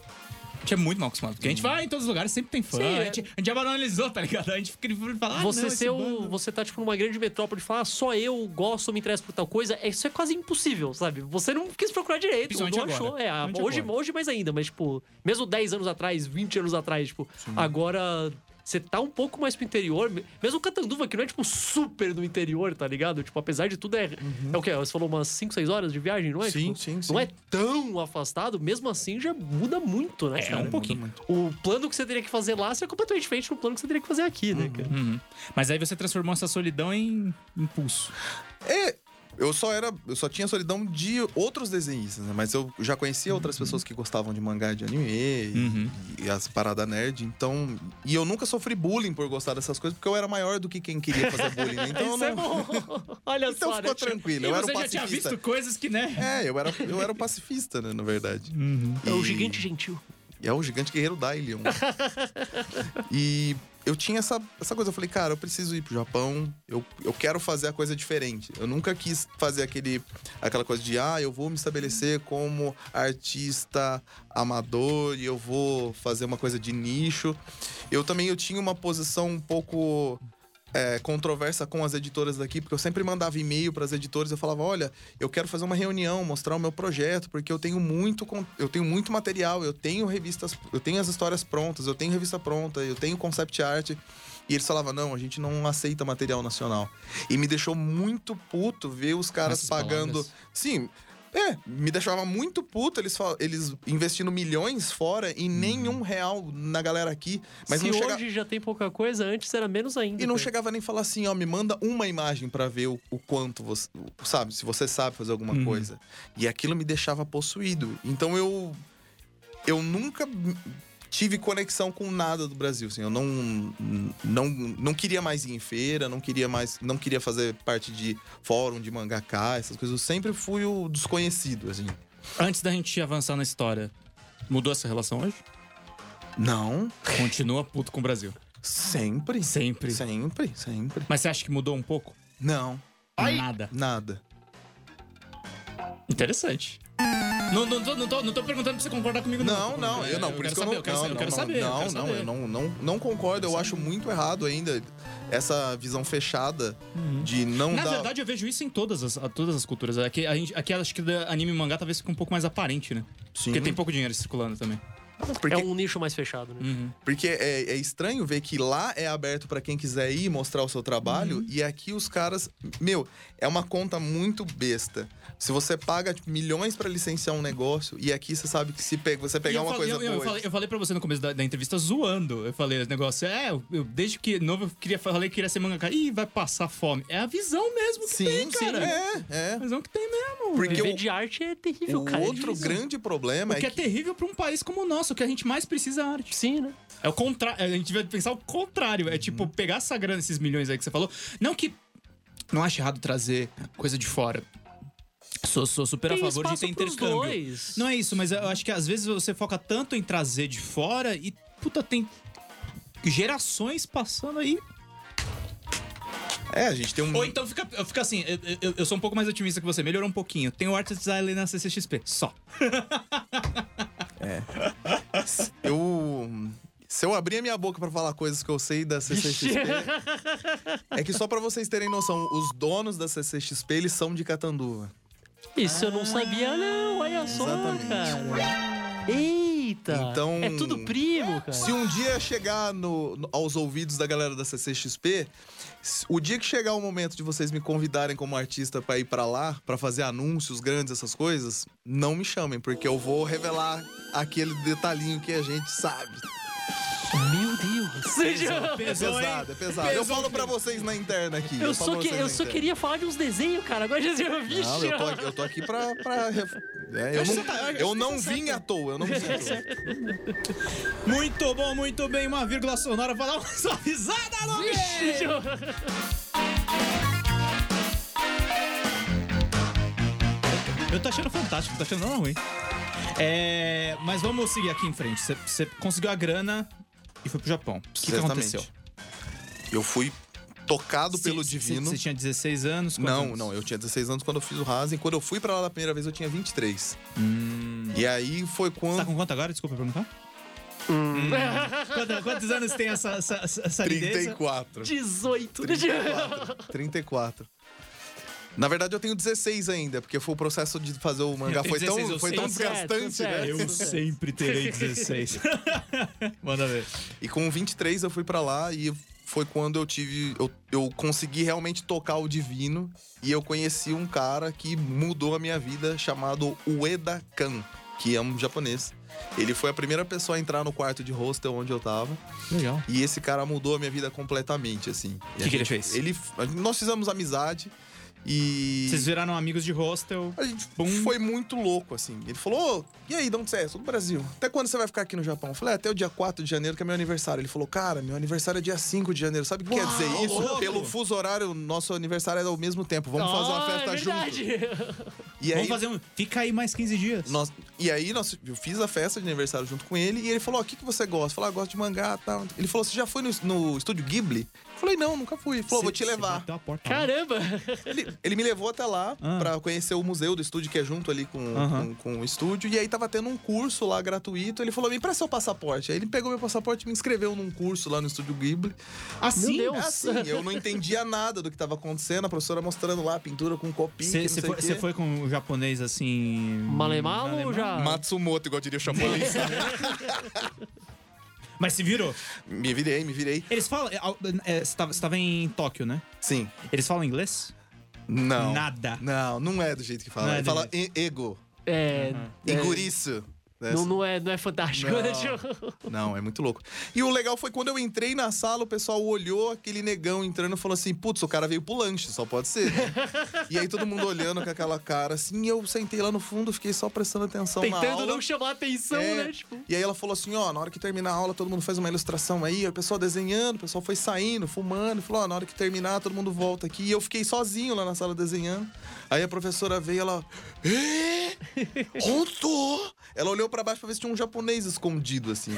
A gente é muito mal acostumado. Porque a gente vai em todos os lugares, sempre tem fã. Sim, a, é. gente, a gente já banalizou, tá ligado? A gente fica falando, ah, Você não, ser esse o, bando. você tá, tipo, numa grande metrópole e falar, ah, só eu gosto, me interessa por tal coisa, isso é quase impossível, sabe? Você não quis procurar direito, Principalmente não agora. achou. É, Principalmente hoje, agora. hoje mais ainda, mas, tipo, mesmo dez anos atrás, vinte anos atrás, tipo, agora você tá um pouco mais pro interior, mesmo Catanduva, que não é, tipo, super no interior, tá ligado? Tipo, apesar de tudo, é, é o quê? Você falou umas cinco, seis horas de viagem, não é? Sim, Tipo, sim, sim. Não é tão afastado, mesmo assim já muda muito, né? É, cara? um pouquinho. Muito. O plano que você teria que fazer lá seria completamente diferente do plano que você teria que fazer aqui, né, cara? Uhum. Mas aí você transformou essa solidão em impulso. É, eu só era, eu só tinha solidão de outros desenhistas, né? Mas eu já conhecia outras pessoas que gostavam de mangá, de anime e, Uhum. e as paradas nerd, então, e eu nunca sofri bullying por gostar dessas coisas, porque eu era maior do que quem queria fazer bullying, né? Então eu Isso é não, bom. Olha então só, ficou né? tranquilo, E eu era você o já tinha pacifista. visto coisas que, né? É, eu era, eu era o pacifista, né, na verdade. É o E- gigante gentil. É o gigante guerreiro Dailion. E eu tinha essa, essa coisa, eu falei, cara, eu preciso ir pro Japão, eu, eu quero fazer a coisa diferente. Eu nunca quis fazer aquele, aquela coisa de, ah, eu vou me estabelecer como artista amador e eu vou fazer uma coisa de nicho. Eu também eu tinha uma posição um pouco é, controversa com as editoras daqui, porque eu sempre mandava e-mail para as editoras, eu falava, olha, eu quero fazer uma reunião, mostrar o meu projeto, porque eu tenho muito, con- eu tenho muito material, eu tenho revistas, eu tenho as histórias prontas, eu tenho revista pronta, eu tenho concept art. E eles falavam, não, a gente não aceita material nacional. E me deixou muito puto ver os caras Essas pagando... palavras. Sim, é, me deixava muito puto eles, fal- eles investindo milhões fora e nenhum real na galera aqui. Mas Se não hoje chega... já tem pouca coisa, antes era menos ainda. E não cara. chegava nem falar assim, ó, me manda uma imagem pra ver o, o quanto você... Sabe, se você sabe fazer alguma Uhum. coisa. E aquilo me deixava possuído. Então eu... eu nunca tive conexão com nada do Brasil, assim. Eu não, não, não queria mais ir em feira, não queria mais... Não queria fazer parte de fórum, de mangaká, essas coisas. Eu sempre fui o desconhecido, assim. Antes da gente avançar na história, mudou essa relação hoje? Não. Continua puto com o Brasil? Sempre. Sempre. Sempre, sempre. Mas você acha que mudou um pouco? Não. Nada. Nada. Interessante. Não, não, tô, não, tô, não tô perguntando pra você concordar comigo, não. Não, não, eu não, por isso que eu não... Eu quero saber, eu quero não, saber. Não, eu quero não, saber. eu não, não, não concordo. Eu acho muito errado ainda essa visão fechada de não Na dar... verdade, eu vejo isso em todas as, todas as culturas. Aqui, a gente, aqui acho que da anime e mangá talvez fique um pouco mais aparente, né? Sim. Porque tem pouco dinheiro circulando também. Porque, É um nicho mais fechado, né? Uhum. porque é, é estranho ver que lá é aberto pra quem quiser ir mostrar o seu trabalho e aqui os caras... Meu, é uma conta muito besta. Se você paga tipo, milhões pra licenciar um negócio e aqui você sabe que se pega, você E pegar eu uma falei- coisa eu, eu, boa... falei, eu falei pra você no começo da, da entrevista zoando. Eu falei, esse negócio é, eu, eu, desde que novo eu queria, falei que queria ser mangaka. Ih, vai passar fome. É a visão mesmo que Sim, tem, sim, cara. é, é. A visão que tem mesmo. Porque Viver o- de arte é terrível, O cara. é outro difícil. grande problema O que é é que... terrível pra um país como o nosso, o que a gente mais precisa é arte. Sim, né? É o contrário. A gente vai pensar o contrário. É tipo, pegar essa grana, esses milhões aí que você falou. Não que. Não acho errado trazer coisa de fora. Sou, sou super Tem a favor de espaço ter pros intercâmbio. dois. Não é isso, mas eu acho que às vezes você foca tanto em trazer de fora e, puta, tem gerações passando aí. É, a gente tem um... Ou então fica, fica assim, eu, eu, eu sou um pouco mais otimista que você, melhorou um pouquinho. Tem o Artist Island na C C X P, só. Eu... Se eu abrir a minha boca pra falar coisas que eu sei da C C X P... é que só pra vocês terem noção, os donos da C C X P, eles são de Catanduva. Isso eu não sabia, não. Olha só, Exatamente. cara. Eita. Então- É tudo primo, cara. Se um dia chegar no, no- aos ouvidos da galera da C C X P, s- o dia que chegar o momento de vocês me convidarem como artista pra ir pra lá, pra fazer anúncios grandes, essas coisas, não me chamem, porque eu vou revelar aquele detalhinho que a gente sabe. Meu Deus. É Pesou, hein? pesado, é pesado. Eu Pesou, falo pra vocês na interna aqui. Eu, falo só, pra que, vocês eu na só interna. queria falar de uns desenhos, cara. Agora já se vixe. Não, eu tô, aqui- eu tô aqui pra... pra ref- é, eu acho não, que você tá- eu acho eu que não você tá vim certo. à toa, eu não vim à toa. Muito bom, muito bem. Uma vírgula sonora pra dar uma suavizada no meio. Eu tô achando fantástico, tô achando nada ruim. É, mas vamos seguir aqui em frente. Você- Você conseguiu a grana e foi pro Japão. O que, que Certamente. aconteceu? Eu fui tocado pelo Cê- divino. Você tinha dezesseis anos? Quantos Não, anos? não, eu tinha dezesseis anos quando eu fiz o Rasen. Quando eu fui pra lá da primeira vez, eu tinha vinte e três. E aí foi Você quando... tá com quanto agora? Desculpa perguntar. Hum. Quantos, quantos anos tem essa, essa, essa, essa trinta e lindeza? quatro. dezoito. trinta e quatro. trinta e quatro. Na verdade, eu tenho dezesseis ainda, porque foi o processo de fazer o mangá. Eu tenho Foi tão, dezesseis, eu foi sei. tão Tá certo, desgastante, tá né? certo. Eu sempre terei dezesseis. Manda ver. E com vinte e três eu fui pra lá e foi quando eu tive. Eu, eu consegui realmente tocar o divino. E eu conheci um cara que mudou a minha vida, chamado Ueda Kan, que é um japonês. Ele foi a primeira pessoa a entrar no quarto de hostel onde eu tava. Legal. E esse cara mudou a minha vida completamente, assim. O que, que ele fez? Ele, nós fizemos amizade e... Vocês viraram amigos de hostel. A gente Bum. foi muito louco, assim. Ele falou, ô, e aí, de onde você é? Sou do Brasil. Até quando você vai ficar aqui no Japão? Eu falei, "É, até o dia quatro de janeiro, que é meu aniversário." Ele falou, cara, meu aniversário é dia cinco de janeiro. Sabe o que quer dizer isso? louco! Pelo fuso horário, nosso aniversário é ao mesmo tempo. Vamos fazer uma Ah, festa é junto. verdade. E aí, Vamos fazer um. Fica aí mais quinze dias. nós, e aí nós, eu fiz a festa de aniversário junto com ele. E ele falou, ó, o que, que você gosta? Eu falei, ah, gosto de mangá e tal. Ele falou, você já foi no, no estúdio Ghibli? Eu falei, não, nunca fui. Ele falou, vou te levar. Bateu a porta. Caramba. Ele, ele me levou até lá Ah. pra conhecer o museu do estúdio, que é junto ali com, Aham. com, com o estúdio. E aí tava tendo um curso lá gratuito. Ele falou, me empresta seu passaporte. Aí ele pegou meu passaporte e me inscreveu num curso lá no estúdio Ghibli. Assim? Meu É Deus. assim, eu não entendia nada do que tava acontecendo. A professora mostrando lá a pintura com copinho, que não Você sei o foi, quê. cê foi com o japonês assim. Malemalo ou já? Matsumoto, igual diria o japonês. Mas se virou. Me virei, me virei. Eles falam. é, Você tava, você tava em Tóquio, né? Sim. Eles falam inglês? Não. Nada. Não, não é do jeito que fala. Não é Ele do fala jeito. e- ego. É. é Iguriço. Né? Não, não, é, não é fantástico, Não. né? Tipo, Não, é muito louco. E o legal foi quando eu entrei na sala, o pessoal olhou aquele negão entrando e falou assim: putz, o cara veio pro lanche, só pode ser. Né? E aí todo mundo olhando com aquela cara assim, e eu sentei lá no fundo, fiquei só prestando atenção na Tentando aula. não chamar atenção, É. né? Tipo, E aí ela falou assim, ó, na hora que terminar a aula, todo mundo faz uma ilustração aí, o pessoal desenhando, o pessoal foi saindo, fumando, falou, ó, na hora que terminar, todo mundo volta aqui. E eu fiquei sozinho lá na sala desenhando. Aí a professora veio, ela... É? Onto? Ela olhou pra baixo pra ver se tinha um japonês escondido, assim.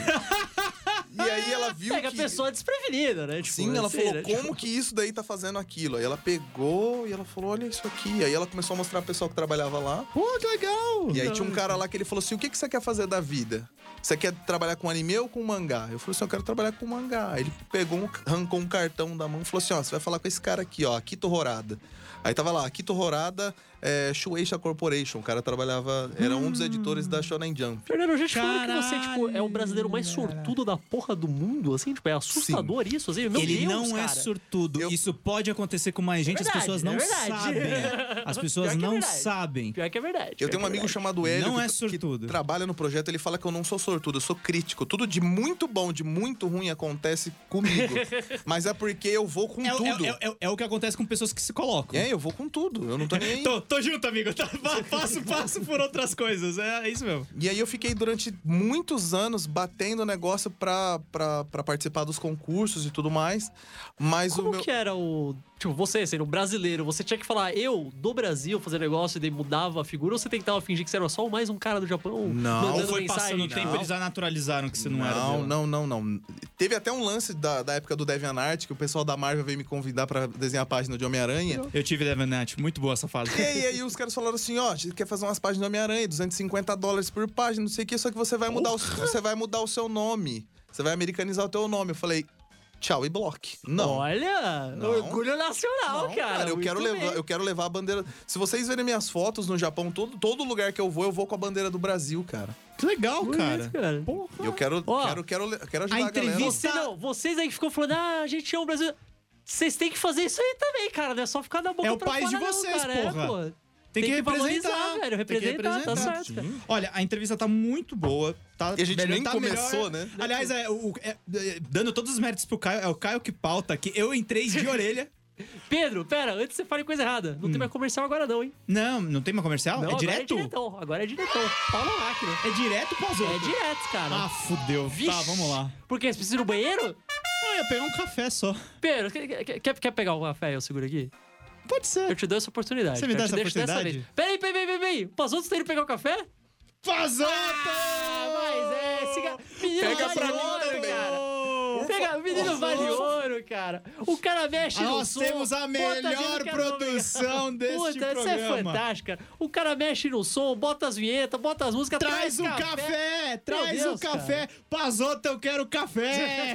E aí ela viu pega que... a pessoa desprevenida, né? Tipo, Sim, ela assim, falou, né? como Tipo, que isso daí tá fazendo aquilo? Aí ela pegou e ela falou, olha isso aqui. Aí ela começou a mostrar pro pessoal que trabalhava lá. Pô, que legal! E aí tinha um cara lá que ele falou assim, o que, que você quer fazer da vida? Você quer trabalhar com anime ou com mangá? Eu falei assim, eu quero trabalhar com mangá. Aí ele pegou, um, arrancou um cartão da mão e falou assim, ó, você vai falar com esse cara aqui, ó, Akito Horada. Aí tava lá, Akito Horada, é, Shueisha Corporation. O cara trabalhava, era um dos editores da Shonen Jump. Fernando, já te falou que você, Caralho, tipo, é o brasileiro mais sortudo da porra do mundo, assim? Tipo, é assustador isso, assim? Meu Ele Deus, não é cara. sortudo. Eu- Isso pode acontecer com mais gente, É verdade, as pessoas não é verdade. sabem. As pessoas Pior que é não verdade. sabem. Pior que é verdade. Eu pior tenho um que é amigo verdade. chamado Hélio Não que, é que sortudo. trabalha no projeto, ele fala que eu não sou sortudo, eu sou crítico. Tudo de muito bom, de muito ruim acontece comigo. Mas é porque eu vou com É, o- tudo. é, é, é, é o que acontece com pessoas que se colocam. É, eu vou com tudo. Eu não tô nem aí. Tô, tô junto, amigo. Tá, passo, passo por outras coisas. É, é isso mesmo. E aí eu fiquei durante muitos anos batendo negócio pra, pra, pra participar dos concursos e tudo mais. Mas Como o meu. que era o... Tipo, você, sendo um brasileiro, você tinha que falar eu, do Brasil, fazer negócio e daí mudava a figura? Ou você tentava fingir que você era só mais um cara do Japão? Não. mandando Ou foi mensagem? passando o tempo, Não. eles já naturalizaram que você não, era Não, dela. não, não, não. Teve até um lance da, da época do DeviantArt, que o pessoal da Marvel veio me convidar pra desenhar a página de Homem-Aranha. Eu tive Deviantart, muito boa essa fase. E aí, aí os caras falaram assim, ó, a gente quer fazer umas páginas do Homem-Aranha, duzentos e cinquenta dólares por página, não sei o que, só que você vai mudar o, você vai mudar o seu nome. Você vai americanizar o teu nome. Eu falei, tchau e bloque. Não. Olha, Não. orgulho nacional, Não, cara. eu muito quero, levar, bem. eu quero levar a bandeira. Se vocês verem minhas fotos no Japão, todo, todo lugar que eu vou, eu vou com a bandeira do Brasil, cara. Que legal, Bonito, cara. cara. Eu quero, Ó, quero, quero, quero ajudar a a, galera. entrevista- Você não, vocês aí que ficam falando, ah, a gente ama o Brasil. Vocês têm que fazer isso aí também, cara. Não é só ficar na boca É o pra país fora, de não, vocês, cara. É, porra. pô. Tem, que, valorizar, representar, velho. Tem que Representar, tá representar. certo, cara. Olha, a entrevista tá muito boa. Tá, E a gente velho, nem tá começou, melhor. né? Aliás, é, o- é, é, dando todos os méritos pro Caio, é o Caio que pauta aqui. Eu entrei de orelha. Pedro, pera, antes você fale coisa errada. Não tem mais comercial agora não, hein? Não, não tem mais comercial? Não, é agora direto? é diretão. Agora é diretão. Pau na máquina. É direto pros É outros? direto, cara. Ah, fudeu. Vixe. Tá, vamos lá. Por quê? Você precisa ir no banheiro? Eu ia pegar um café só. Pedro, quer, quer- quer, quer pegar um café? Eu seguro aqui? Pode ser. Eu te dou essa oportunidade. Você me dá Eu te essa deixo dessa oportunidade? vez. Peraí, peraí, peraí, peraí. Os outros estão indo pegar o café? Fazota! Ah, mas é, esse ga- menino Pega vale pra mim ouro, também. cara. Pega, o menino vale ouro, cara. O cara mexe no Nós som. temos a bota gente melhor que é produção nome. deste Puta, programa. isso é fantástico, cara. O cara mexe no som, bota as vinhetas, bota as músicas, Traz o café. café! Traz Deus, o café! Pazota, eu quero café!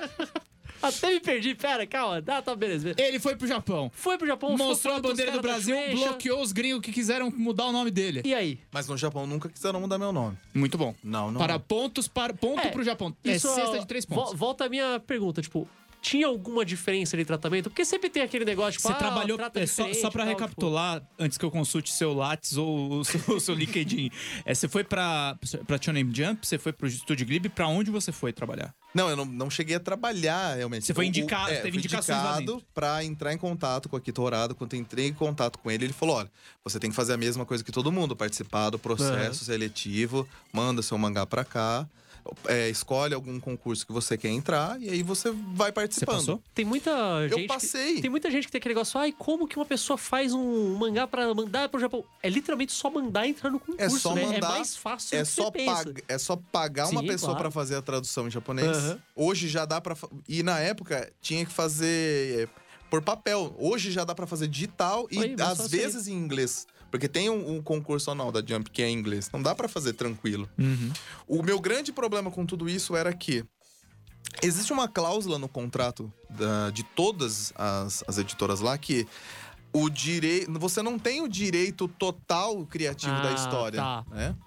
Até me perdi. Pera, calma. Tá, tá, beleza. Ele foi pro Japão. Foi pro Japão, ficou Mostrou a falando com os bandeira do caras da Brasil, Shueisha. bloqueou os gringos que quiseram mudar o nome dele. E aí? Mas no Japão nunca quiseram mudar meu nome. Muito bom. Não, não. Para pontos, para ponto É, pro Japão. Isso, é cesta de três pontos. vo- Volta a minha pergunta, tipo, tinha alguma diferença de tratamento? Porque sempre tem aquele negócio, tipo, Você ah, trabalhou. trata é, só diferente só pra e tal, recapitular, antes que eu consulte seu Lattes ou o seu, o seu LinkedIn. É, você foi pra, pra Shonen Jump, você foi pro Estúdio Ghibli. Pra onde você foi trabalhar? Não, eu não, não cheguei a trabalhar realmente. Você foi O- o- indicado, é, teve fui indicações lá indicado dentro. pra entrar em contato com a Akito Horada. Quando eu entrei em contato com ele, ele falou: olha, você tem que fazer a mesma coisa que todo mundo, participar do processo seletivo, manda seu mangá pra cá, é, escolhe algum concurso que você quer entrar e aí você vai Você participando. passou? Tem muita gente. Eu passei. Que, tem muita gente que tem aquele negócio, ai, como que uma pessoa faz um mangá pra mandar pro Japão? É literalmente só mandar e entrar no concurso, É só né? mandar, É mais fácil É do que só, você pensa. pag- é só pagar uma Sim, pessoa claro. pra fazer a tradução em japonês. Aham. Hoje já dá pra. fa- E na época tinha que fazer é, por papel. Hoje já dá pra fazer digital e Oi, mas às só sei. vezes em inglês. Porque tem um, um concurso anual da Jump que é em inglês. Não dá pra fazer tranquilo. Uhum. O meu grande problema com tudo isso era que existe uma cláusula no contrato da- de todas as, as editoras lá que o direito. Você não tem o direito total criativo da Ah, história. tá. Né?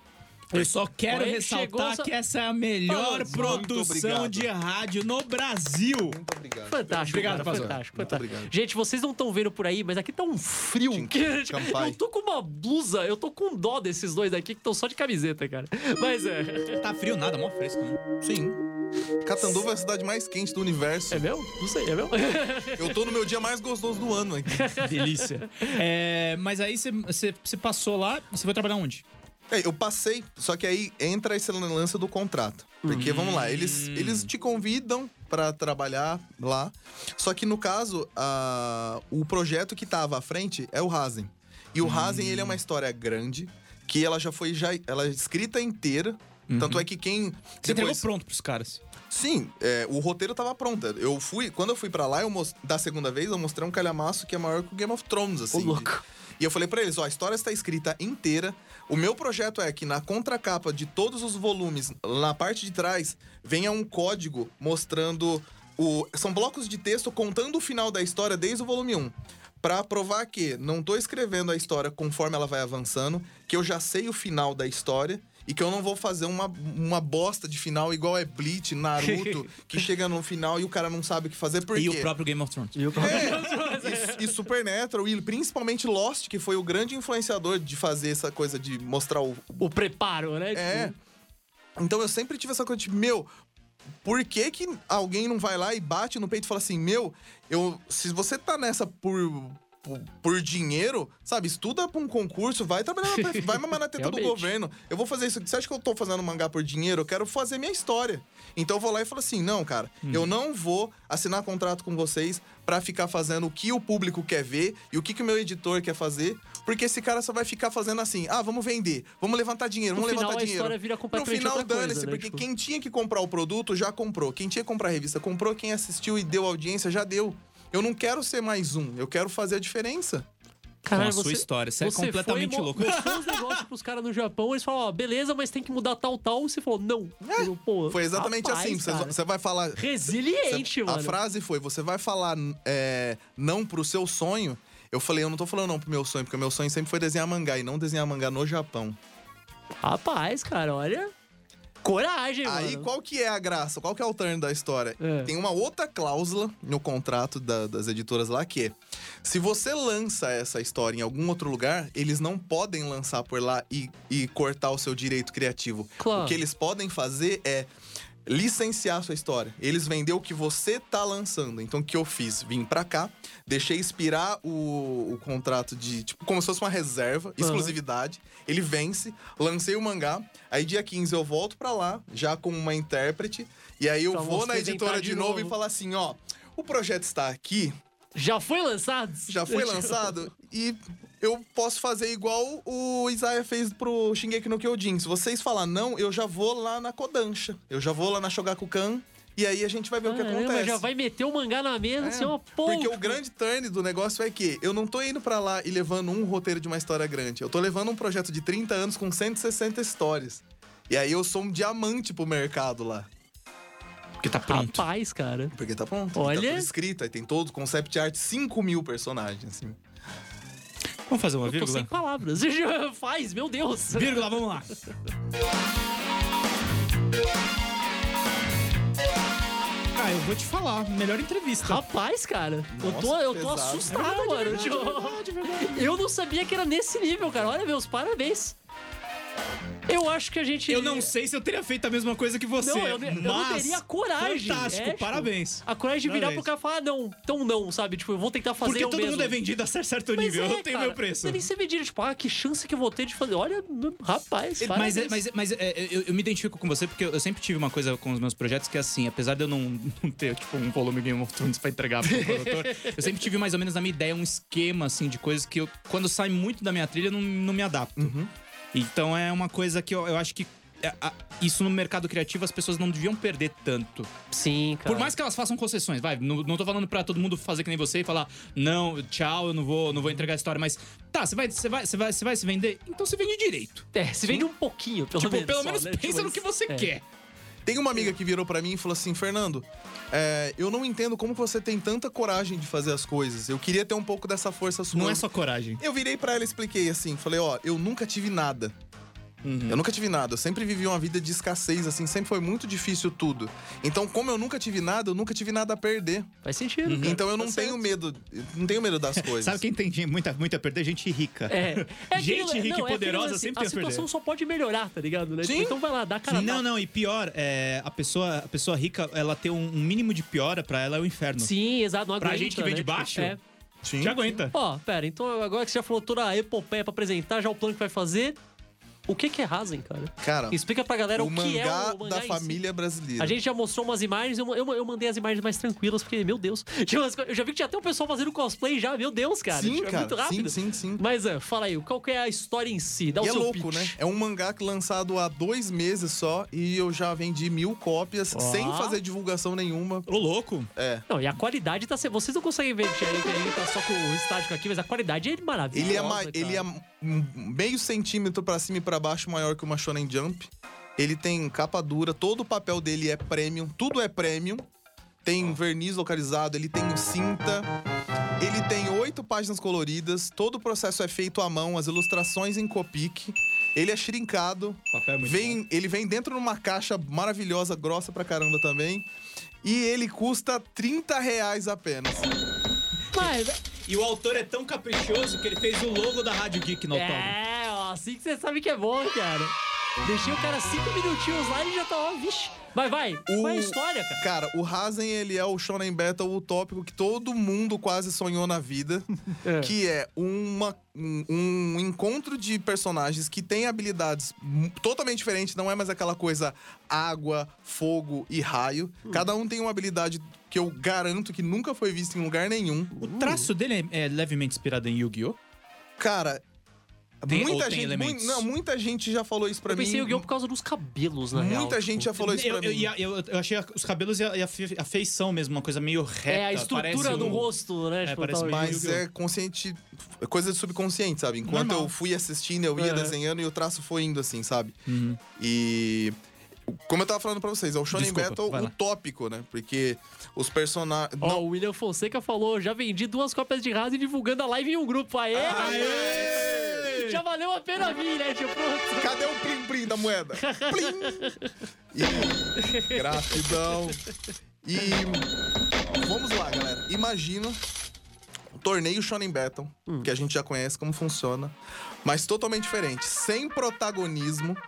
Eu só quero Aí ressaltar chegou- que essa é a melhor Ah, produção obrigado. de rádio no Brasil. Muito obrigado. Fantástico, Obrigado, cara, Pazão. fantástico, Muito fantástico. obrigado. Gente, vocês não estão vendo por aí, mas aqui tá um frio. Tchim, Que, campai. eu tô com uma blusa, eu tô com dó desses dois aqui que estão só de camiseta, cara. Mas é. Tá frio nada, mó fresco, né? Sim. Catanduva é a cidade mais quente do universo. É mesmo? Não sei, é mesmo? Eu tô no meu dia mais gostoso do ano aqui. Delícia. É, mas aí você- você você passou lá e você foi trabalhar onde? É, eu passei, só que aí entra esse lance do contrato. Porque, vamos lá, eles, eles te convidam pra trabalhar lá. Só que, no caso, a, o projeto que tava à frente é o Rasen. E o Rasen, ele é uma história grande, que ela já foi já, ela é escrita inteira. Tanto é que quem... Você entregou depois- pronto pros caras. Sim, é, o roteiro tava pronto. Eu fui, quando eu fui pra lá, eu mos- da segunda vez, eu mostrei um calhamaço que é maior que o Game of Thrones, assim. Ô, louco. E eu falei pra eles, ó, a história está escrita inteira. O meu projeto é que na contracapa de todos os volumes, na parte de trás, venha um código mostrando o... São blocos de texto contando o final da história desde o volume um. Pra provar que não tô escrevendo a história conforme ela vai avançando, que eu já sei o final da história e que eu não vou fazer uma, uma bosta de final igual é Bleach, Naruto, que chega no final e o cara não sabe o que fazer. Por E quê? o próprio Game of Thrones. É, e, e Supernatural, e principalmente Lost, que foi o grande influenciador de fazer essa coisa de mostrar o... O preparo, né? É. Tipo, Então eu sempre tive essa coisa de, meu... Por que que alguém não vai lá e bate no peito e fala assim, meu, eu, se você tá nessa por... por- Por dinheiro, sabe? Estuda pra um concurso, vai trabalhar, na, pre- vai mamar na teta do Realmente. governo. Eu vou fazer isso. Você acha que eu tô fazendo mangá por dinheiro? Eu quero fazer minha história. Então eu vou lá e falo assim: não, cara, eu não vou assinar contrato com vocês pra ficar fazendo o que o público quer ver e o que, que o meu editor quer fazer, porque esse cara só vai ficar fazendo assim: ah, vamos vender, vamos levantar dinheiro, No vamos final, levantar a dinheiro. história vira No completamente final, outra coisa, dane-se, né? porque Tipo- quem tinha que comprar o produto já comprou. Quem tinha que comprar a revista comprou, quem assistiu e deu audiência já deu. Eu não quero ser mais um, eu quero fazer a diferença. Caralho, Com a sua história. Você é completamente foi, mo- louco. Mostrou os negócios pros caras no Japão, eles falaram, ó, beleza, mas tem que mudar tal, tal. Você falou, não. Eu, pô, Foi exatamente rapaz, assim. Você, cara. você vai falar. Resiliente, Você- mano. A frase foi: você vai falar é, não pro seu sonho. Eu falei: eu não tô falando não pro meu sonho, porque o meu sonho sempre foi desenhar mangá e não desenhar mangá no Japão. Rapaz, cara, olha. Coragem, Aí mano. qual que é a graça? Qual que é o turn da história? É. Tem uma outra cláusula no contrato da- das editoras lá que é: se você lança essa história em algum outro lugar, eles não podem lançar por lá e, e cortar o seu direito criativo. Claro. O que eles podem fazer é licenciar a sua história. Eles vendem o que você tá lançando. Então o que eu fiz? Vim pra cá, deixei expirar o, o contrato de, tipo, como se fosse uma reserva, exclusividade. Ele vence, lancei o mangá, aí dia quinze eu volto pra lá, já com uma intérprete, e aí eu Pra vou você na editora tentar de, de novo, novo. e falar assim, ó, o projeto está aqui, Já foi lançado? já foi lançado, e eu posso fazer igual o Isaiah fez pro Shingeki no Kyojin. Se vocês falar não, eu já vou lá na Kodansha, eu já vou lá na Shogakukan, e aí a gente vai ver o que Caramba, acontece. já vai meter o mangá na mesa, É, assim, ó, pô. Porque o grande turn do negócio é que eu não tô indo pra lá e levando um roteiro de uma história grande. Eu tô levando um projeto de trinta anos com cento e sessenta histórias. E aí eu sou um diamante pro mercado lá. Porque tá pronto. Rapaz, cara. Porque tá pronto. Olha. Tá tudo escrito. Aí tem todo concept art, cinco mil personagens, assim. Vamos fazer uma Eu tô vírgula? sem palavras. Já faz, meu Deus. Vírgula, vamos lá. Ah, eu vou te falar. Melhor entrevista. Rapaz, cara. eu tô, Nossa, eu tô pesado. assustado, mano. Tipo, eu não sabia que era nesse nível, cara. Olha, meus parabéns. Eu acho que a gente. Eu não sei se eu teria feito a mesma coisa que você. Não, eu, eu não mas teria a coragem. Fantástico, é, tipo, parabéns. A coragem de virar Parabéns. pro cara e falar, ah, não, então não, sabe? Tipo, eu vou tentar fazer Porque eu todo mesmo. mundo é vendido a certo Mas nível. é, eu tenho cara, meu preço. Não é nem ser vendido, tipo, ah, que chance que eu vou ter de fazer. Olha, rapaz, Mas, parabéns. é- mas, é- mas é, eu, eu me identifico com você porque eu, eu sempre tive uma coisa com os meus projetos que é assim, apesar de eu não, não ter tipo um volume Game of Thrones pra entregar pro produtor, eu sempre tive mais ou menos na minha ideia um esquema assim de coisas que eu, quando sai muito da minha trilha, eu não, não me adapto. Então é uma coisa que eu, eu acho que é, a- isso no mercado criativo as pessoas não deviam perder tanto. Sim, cara. Por mais que elas façam concessões, vai, não, não tô falando pra todo mundo fazer que nem você e falar, não, tchau, eu não vou, não vou entregar a história, mas tá, você vai, você vai, você vai, você vai se vender? Então você vende direito. É, se vende um pouquinho, pelo Tipo, menos. pelo só, menos né? pensa Tipo, no que você é. quer. Tem uma amiga que virou pra mim e falou assim: Fernando, é, eu não entendo como você tem tanta coragem de fazer as coisas. Eu queria ter um pouco dessa força sua. Não é só coragem. Eu virei pra ela e expliquei assim, falei, ó, eu nunca tive nada. Uhum. Eu nunca tive nada. Eu sempre vivi uma vida de escassez, assim. Sempre foi muito difícil tudo. Então, como eu nunca tive nada, eu nunca tive nada a perder. Faz sentido. Uhum. Então, eu não tá tenho certo. medo. Não tenho medo das coisas. Sabe quem tem muita, muito a perder? Gente rica. É. é Gente aquilo- rica não, e é poderosa aquilo, sempre A tem a situação perder. só pode melhorar, tá ligado? Né? Sim. Tipo, então vai lá, dá cara a Não, tapa. não, e pior, é, a, pessoa, a pessoa rica, ela tem um, um mínimo de piora, pra ela é o inferno. Sim, exato. Não aguenta, Pra gente que vem de né? Tipo, baixo, É. Sim. Já aguenta. Ó, pera, então agora que você já falou toda a epopeia pra apresentar, já o plano que vai fazer, o que que é Rasen, cara? Cara, Explica pra galera o, o que é mangá o mangá da em si. família brasileira. A gente já mostrou umas imagens, eu, eu, eu mandei as imagens mais tranquilas, porque, meu Deus. Tinha umas co- eu já vi que tinha até um pessoal fazendo cosplay já, meu Deus, cara. Sim, Tipo, é cara. muito rápido. Sim, sim, sim. Mas, é, fala aí, qual que é a história em si? Dá o E é seu louco, pitch. né? É um mangá que lançado há dois meses só e eu já vendi mil cópias Ó. sem fazer divulgação nenhuma. Ô, louco. É. Não, e a qualidade tá... se- Vocês não conseguem ver, que a gente tá só com o estático aqui, mas a qualidade é maravilhosa, Ele é, ma- ele é cara. um meio centímetro pra cima e pra baixo maior que uma Shonen Jump. Ele tem capa dura, todo o papel dele é premium, tudo é premium. Tem verniz localizado, ele tem cinta. Ele tem oito páginas coloridas, todo o processo é feito à mão, as ilustrações em Copic. Ele é shrinkado, O papel é muito vem, ele vem dentro de uma caixa maravilhosa, grossa pra caramba também. E ele custa trinta reais apenas. Mas, E o autor é tão caprichoso que ele fez o logo da Rádio Geek no autógrafo. é, ó, assim que você sabe que é bom, cara. Deixei o cara cinco minutinhos lá e já tá, ó, vixe. Mas vai, qual é a história, cara? Cara, o Rasen, ele é o Shonen Battle utópico que todo mundo quase sonhou na vida. É. Que é uma, um, um encontro de personagens que têm habilidades m- totalmente diferentes. Não é mais aquela coisa água, fogo e raio. Hum. Cada um tem uma habilidade que eu garanto que nunca foi vista em lugar nenhum. O traço dele é, é levemente inspirado em Yu-Gi-Oh! Cara... Tem- ou muita tem gente, elementos? mui- não, muita gente já falou isso pra Eu mim. pensei o Yu-Gi-Oh! Por causa dos cabelos, na real. Muita gente tipo. já falou isso Eu, pra eu, mim. eu, eu, eu achei os cabelos e a, e a fe- a feição mesmo, uma coisa meio reta. É, a estrutura parece do um- rosto, né? É, tipo, parece tal. mais- Mas Yu-Gi-Oh! é consciente, é coisa de subconsciente, sabe? Enquanto Normal. eu fui assistindo, eu ia Uhum. desenhando e o traço foi indo assim, sabe? Uhum. E como eu tava falando pra vocês, é o Shonen Desculpa, Battle vai lá. utópico, né? Porque os personagens... Ó, o William Fonseca falou: já vendi duas cópias de Rasen divulgando a live em um grupo. Aê! Aê! Já valeu a pena vir, né, tio? Pronto. Cadê o plim-plim da moeda? Plim! E... Gratidão. E... Vamos lá, galera. Imagina um torneio Shonen Battle, Hum. que a gente já conhece como funciona, mas totalmente diferente. Sem protagonismo.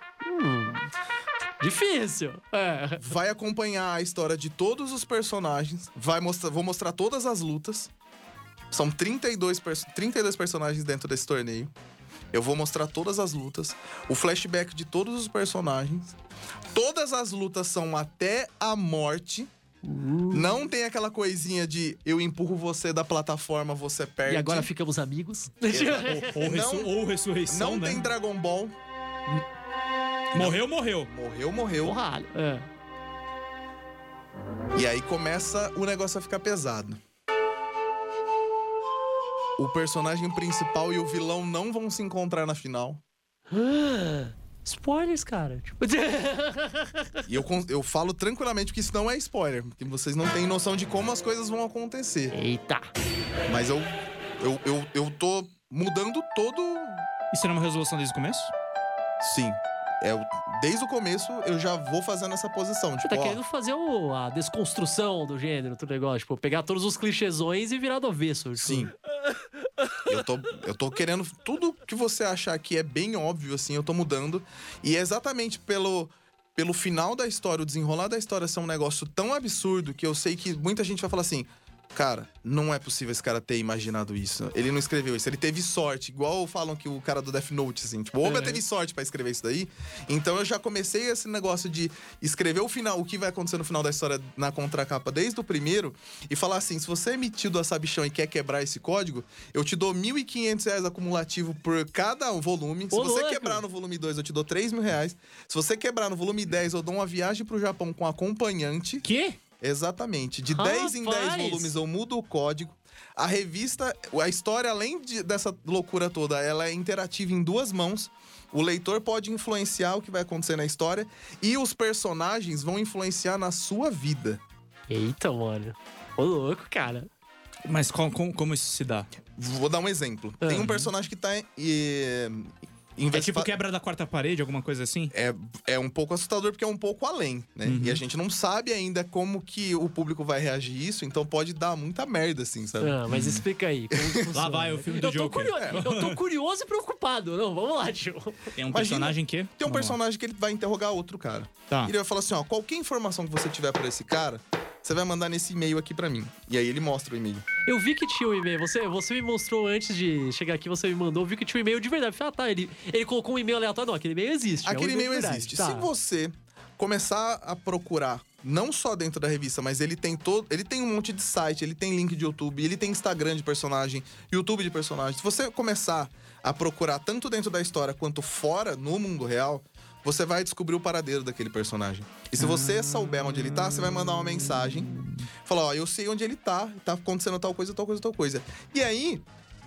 Difícil. É. Vai acompanhar a história de todos os personagens. Vai mostrar, vou mostrar todas as lutas. São trinta e dois, perso- trinta e dois personagens dentro desse torneio. Eu vou mostrar todas as lutas. O flashback de todos os personagens. Todas as lutas são até a morte. Não tem aquela coisinha de eu empurro você da plataforma, você perde. E agora ficamos amigos. Ou, ou, ressu- Não- ou ressurreição, Não né? tem Dragon Ball. Morreu, morreu. Morreu, morreu. Porra. É. E aí começa o negócio a ficar pesado. O personagem principal e o vilão não vão se encontrar na final. Spoilers, cara. Tipo... E eu, con- eu falo tranquilamente que isso não é spoiler, porque vocês não têm noção de como as coisas vão acontecer. Eita. Mas eu, eu, eu, eu tô mudando todo. Isso era uma resolução desde o começo? Sim. É, o- desde o começo eu já vou fazendo essa posição. Você Tipo, tá ó, querendo fazer o- a desconstrução do gênero, do negócio. Tipo, pegar todos os clichêsões e virar do avesso. Tipo. sim. Eu tô, eu tô querendo. Tudo que você achar que é bem óbvio, assim, eu tô mudando. E é exatamente pelo, pelo final da história, o desenrolar da história ser um negócio tão absurdo que eu sei que muita gente vai falar assim. Cara, não é possível esse cara ter imaginado isso. Ele não escreveu isso. Ele teve sorte. Igual falam que o cara do Death Note, assim. Tipo, o Oba Uhum. teve sorte pra escrever isso daí. Então eu já comecei esse negócio de escrever o final, o que vai acontecer no final da história na contracapa desde o primeiro. E falar assim, se você é metido a sabichão e quer quebrar esse código, eu te dou mil e quinhentos reais acumulativo por cada volume. Se Ô, você louco! quebrar no volume dois, eu te dou três mil reais. Se você quebrar no volume dez, eu dou uma viagem pro Japão com acompanhante. Quê? Exatamente. De dez em dez Rapaz! volumes eu mudo o código. A revista, a história, além de- dessa loucura toda, ela é interativa em duas mãos. O leitor pode influenciar o que vai acontecer na história. E os personagens vão influenciar na sua vida. Eita, mano. Ô, louco, cara. Mas com- com- como isso se dá? Vou dar um exemplo. Tem Aham. um personagem que tá eh, em É vez de tipo fa- quebra da quarta parede, alguma coisa assim? É, é um pouco assustador porque é um pouco além, né? Uhum. E a gente não sabe ainda como que o público vai reagir a isso, então pode dar muita merda, assim, sabe? Ah, mas explica aí. Como que funciona. Lá vai o filme do eu tô Joker. Curioso, eu tô curioso e preocupado. Não, vamos lá, tio. Tem um Imagina, personagem que... Tem um Vamos lá. personagem que ele vai interrogar outro cara. Tá. E ele vai falar assim, ó, qualquer informação que você tiver pra esse cara, você vai mandar nesse e-mail aqui pra mim. E aí ele mostra o e-mail. Eu vi que tinha um e-mail. Você, você me mostrou antes de chegar aqui, você me mandou. Eu vi que tinha um e-mail de verdade. Eu falei, ah, tá. Ele, ele colocou um e-mail aleatório. Não, aquele e-mail existe. é um Aquele e-mail de verdade. existe. Tá. Se você começar a procurar, não só dentro da revista, mas ele tem todo, ele tem um monte de site, ele tem link de YouTube, ele tem Instagram de personagem, YouTube de personagem. Se você começar a procurar tanto dentro da história quanto fora, no mundo real, você vai descobrir o paradeiro daquele personagem. E se você souber onde ele tá, você vai mandar uma mensagem, falar, ó, eu sei onde ele tá, tá acontecendo tal coisa, tal coisa, tal coisa. E aí,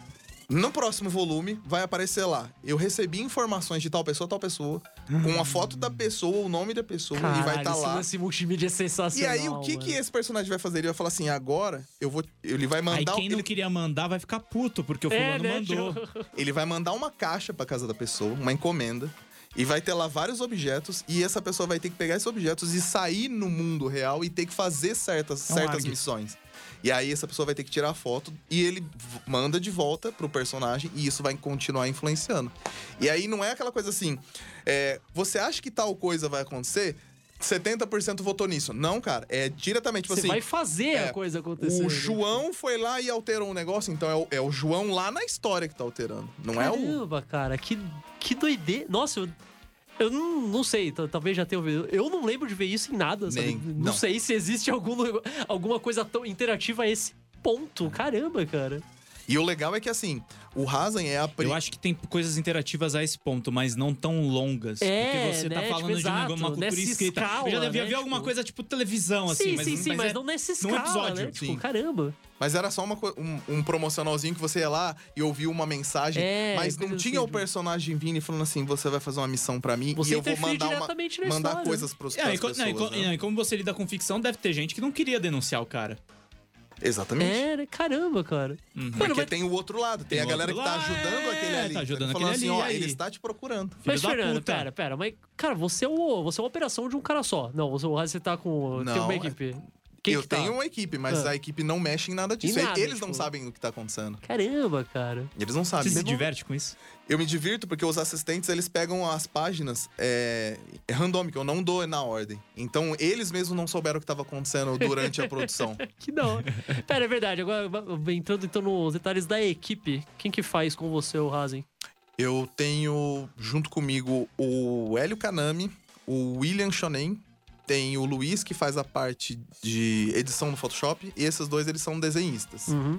no próximo volume, vai aparecer lá. Eu recebi informações de tal pessoa, tal pessoa, com a foto da pessoa, o nome da pessoa, Caralho, e vai estar esse lá. lance multimídia é E sensacional. aí, o que, mano. que esse personagem vai fazer? Ele vai falar assim, agora, eu vou. Ele vai Aí mandar. quem não ele, queria mandar vai ficar puto, porque o É, fulano né, mandou. tio? ele vai mandar uma caixa pra casa da pessoa, uma encomenda. E vai ter lá vários objetos, e essa pessoa vai ter que pegar esses objetos e sair no mundo real e ter que fazer certas, É um certas A R G. missões. E aí essa pessoa vai ter que tirar a foto e ele v- manda de volta pro personagem e isso vai continuar influenciando. E aí não é aquela coisa assim, é, você acha que tal coisa vai acontecer? setenta por cento votou nisso. Não, cara, é diretamente tipo Você assim. vai fazer é, a coisa acontecer. O João foi lá e alterou um negócio, então é o, é o João lá na história que tá alterando. Não é o. Caramba, cara, que, que doideira. Nossa, eu, eu não, não sei, t- talvez já tenha ouvido. Eu não lembro de ver isso em nada, sabe? Nem- não, não. sei se existe algum, lugar- alguma coisa tão interativa a esse ponto. Caramba, cara. E o legal é que assim, o Hazen é a. Pri... Eu acho que tem coisas interativas a esse ponto, mas não tão longas. É, porque você né? tá Tipo, falando de uma, exato, uma cultura nessa escrita. escala, Eu já devia né? ver alguma Tipo- coisa tipo televisão, assim. sim, mas, sim, sim, mas, é não nessa num escala, episódio, né? Tipo, sim. caramba. Mas era só uma, co- um, um promocionalzinho que você ia lá e ouvia uma mensagem, É, mas não coisa tinha assim, o tipo- personagem vindo e falando assim: você vai fazer uma missão pra mim Você e eu vou interfere mandar, uma, diretamente na mandar história. coisas pros, É, pras e, co- pessoas. não, e co- né? e como você lida com ficção, deve ter gente que não queria denunciar o cara. Exatamente. É, né? Caramba, cara. Uhum. Mano, Porque mas, tem o outro lado, tem, Tem a o galera outro que tá lado, ajudando é, aquele ali. tá ajudando falando aquele assim, ali, ó, e aí? ele está te procurando. mas Filho da Fernando, puta. pera, pera, mas, cara, você é, o, você é uma operação de um cara só. Não, você, você tá com. tem Não, uma é- equipe. Quem eu que tá? tenho uma equipe, mas Ah. a equipe não mexe em nada disso. Em nada, Eles não tipo- sabem o que tá acontecendo. Caramba, cara. Eles não sabem. Você se Mesmo- diverte com isso? Eu me divirto porque os assistentes, eles pegam as páginas é, é randômica, eu não dou na ordem. Então, eles mesmos não souberam o que estava acontecendo durante a produção. Que da hora. Pera, é verdade. Agora, entrando então nos detalhes da equipe, quem que faz com você, o Hazen? Eu tenho, junto comigo, o Hélio Kanami, o William Shonen, tem o Luiz, que faz a parte de edição no Photoshop, e esses dois, eles são desenhistas. Uhum.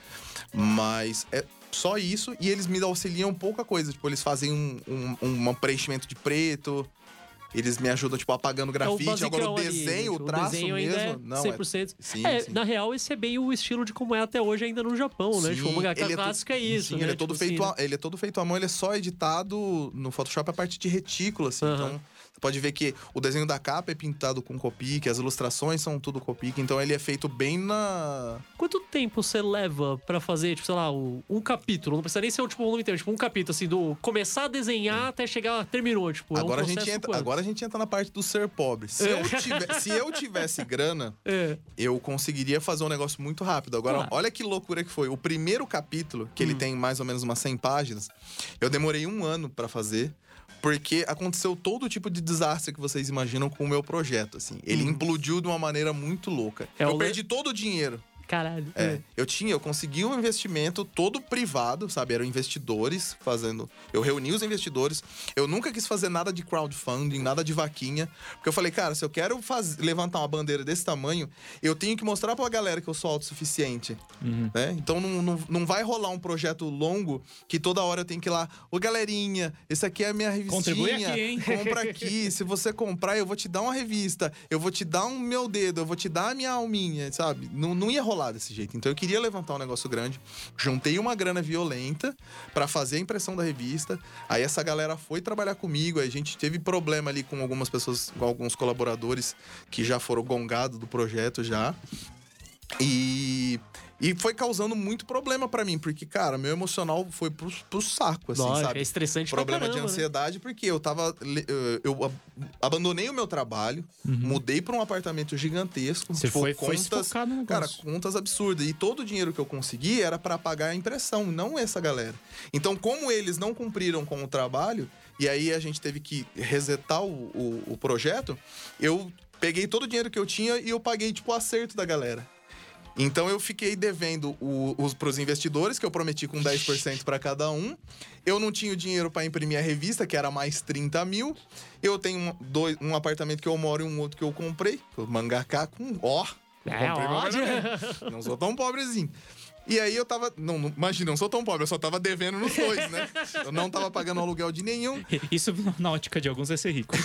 Mas é só isso, e eles me auxiliam pouca coisa. Tipo, eles fazem um, um, um preenchimento de preto, eles me ajudam, tipo, apagando grafite. É o Agora, o basicão ali, desenho, tipo, o traço desenho ainda mesmo... é não, cem é... por cento. Sim, é, sim. na real, esse é bem o estilo de como é até hoje ainda no Japão, né? Sim, Tipo, o mangaka ele é to- clássico é isso, Sim, né? ele, é todo Tipo feito assim, a, ele é todo feito à mão, ele é só editado no Photoshop a parte de retícula, assim. Aham. Então, você pode ver que o desenho da capa é pintado com Copic, as ilustrações são tudo Copic, então ele é feito bem na... Quanto tempo você leva pra fazer, tipo, sei lá, o- um capítulo? Não precisa nem ser o tipo, volume inteiro, tipo, um capítulo, assim, do começar a desenhar até chegar, terminou, tipo, Agora, é a um gente processo entra, quanto? agora a gente entra na parte do ser pobre. Se, eu, tive- se eu tivesse grana, É. eu conseguiria fazer um negócio muito rápido. Agora, Claro. olha que loucura que foi. O primeiro capítulo, que ele Hum. tem mais ou menos umas cem páginas, eu demorei um ano pra fazer, porque aconteceu todo tipo de desastre que vocês imaginam com o meu projeto, assim. Ele Hum. implodiu de uma maneira muito louca. É eu o le- perdi todo o dinheiro. Caralho. É, eu tinha, eu consegui um investimento todo privado, sabe? Eram investidores fazendo. Eu reuni os investidores. Eu nunca quis fazer nada de crowdfunding, nada de vaquinha. Porque eu falei, cara, se eu quero faz... levantar uma bandeira desse tamanho, eu tenho que mostrar pra galera que eu sou autossuficiente. Uhum. Né? Então não, não, não vai rolar um projeto longo que toda hora eu tenho que ir lá. Ô, galerinha, esse aqui é a minha revistinha. Contribui aqui, hein? Compra aqui. Se você comprar, eu vou te dar uma revista. Eu vou te dar um meu dedo. Eu vou te dar a minha alminha, sabe? Não, não ia rolar desse jeito. Então eu queria levantar um negócio grande. Juntei uma grana violenta pra fazer a impressão da revista. Aí essa galera foi trabalhar comigo. Aí a gente teve problema ali com algumas pessoas, com alguns colaboradores que já foram gongados do projeto já. E, e foi causando muito problema pra mim, porque, cara, meu emocional foi pro, pro saco, assim, Lógico, sabe? é estressante pra Problema caramba, de ansiedade, porque eu tava. Eu, eu abandonei o meu trabalho, mudei pra um apartamento gigantesco. Você tipo, foi, foi contas, focado no cara, negócio. contas absurdas. E todo o dinheiro que eu consegui era pra pagar a impressão, não essa galera. Então, como eles não cumpriram com o trabalho, e aí a gente teve que resetar o, o, o projeto, eu peguei todo o dinheiro que eu tinha e eu paguei, tipo, o acerto da galera. Então eu fiquei devendo o, os, pros investidores, que eu prometi com dez por cento para cada um. Eu não tinha o dinheiro para imprimir a revista, que era mais trinta mil. Eu tenho um, dois, um apartamento que eu moro e um outro que eu comprei. O Mangaká com ó. É, comprei meu ótimo. apartamento. Não sou tão pobrezinho. E aí eu tava... Não, não, imagina, eu não sou tão pobre, eu só tava devendo nos dois, né? Eu não tava pagando aluguel de nenhum. Isso na ótica de alguns é ser rico.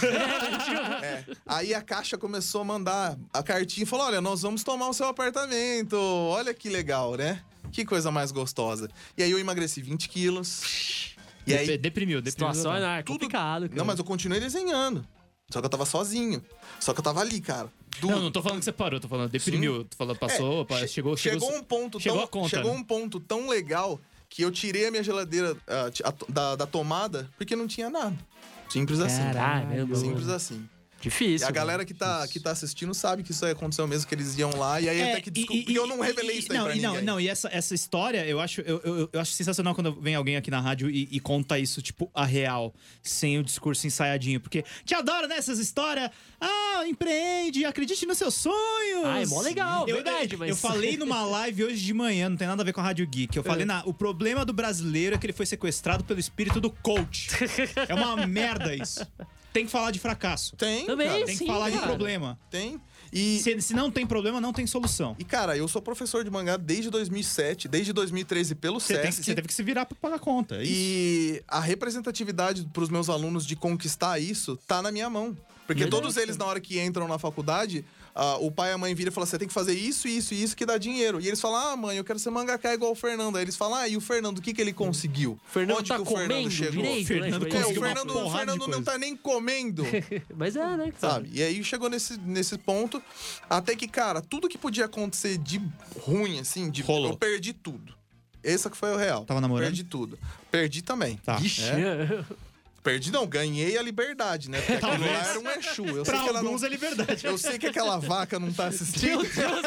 É. Aí a Caixa começou a mandar a cartinha e falou: olha, nós vamos tomar o seu apartamento. Olha que legal, né? Que coisa mais gostosa. E aí eu emagreci vinte quilos. E aí... Deprimiu, deprimiu. Situação total. é complicado, cara. Não, mas eu continuei desenhando. Só que eu tava sozinho. Só que eu tava ali, cara. Duro. Não, não tô falando que você parou, tô falando deprimiu. Tô falando, passou, É, pa- che- chegou, chegou, chegou. um ponto chegou tão, a conta, chegou né? um ponto tão legal que eu tirei a minha geladeira ah, ti- a to- da, da tomada porque não tinha nada. Simples assim. Caralho, Simples assim. Difícil. E a galera que tá, que tá assistindo sabe que isso aí aconteceu mesmo, que eles iam lá. E aí É, até que e- desculpa, e- porque eu e- não revelei e- isso aí não, pra e não, ninguém. não, e essa, essa história, eu acho, eu, eu, eu acho sensacional quando vem alguém aqui na rádio e, e conta isso, tipo, a real, sem o discurso ensaiadinho. Porque te adoro nessas histórias. Ah, empreende, acredite nos seus sonhos. Ah, é mó legal, eu, verdade, eu, mas- eu falei numa live hoje de manhã, não tem nada a ver com a Rádio Geek. Eu falei, É. na, o problema do brasileiro é que ele foi sequestrado pelo espírito do coach. É uma merda isso. Tem que falar de fracasso. Tem, Também, cara, Tem que Sim, falar de cara. problema. tem. E, Se, se não tem problema, não tem solução. e, cara, eu sou professor de mangá desde dois mil e sete, desde dois mil e treze pelo Você, tem que, SESC. você teve que se virar pra pagar conta. É isso. E a representatividade pros meus alunos de conquistar isso tá na minha mão. Porque Verdade, todos eles, na hora que entram na faculdade, ah, o pai e a mãe viram e falam: você tem que fazer isso, isso e isso que dá dinheiro. E eles falam: ah, mãe, eu quero ser mangaká igual o Fernando. Aí eles falam: ah, e o Fernando, o que, que ele conseguiu? O Fernando Onde tá que o Fernando comendo chegou? direito, Fernando né? É, o conseguiu uma Fernando, o porrada de Fernando não coisa. tá nem comendo. Mas é, né, cara? Sabe? E aí chegou nesse, nesse ponto, até que, cara, tudo que podia acontecer de ruim, assim, de, Rolou. eu perdi tudo. Esse que foi o real. Tava namorando? Perdi tudo. Perdi também. Tá. Vixe. É. Perdi não, ganhei a liberdade, né? Porque aquilo Talvez. lá era um Exu. Eu sei, Pra que ela não, alguns é liberdade. eu sei que aquela vaca não tá assistindo.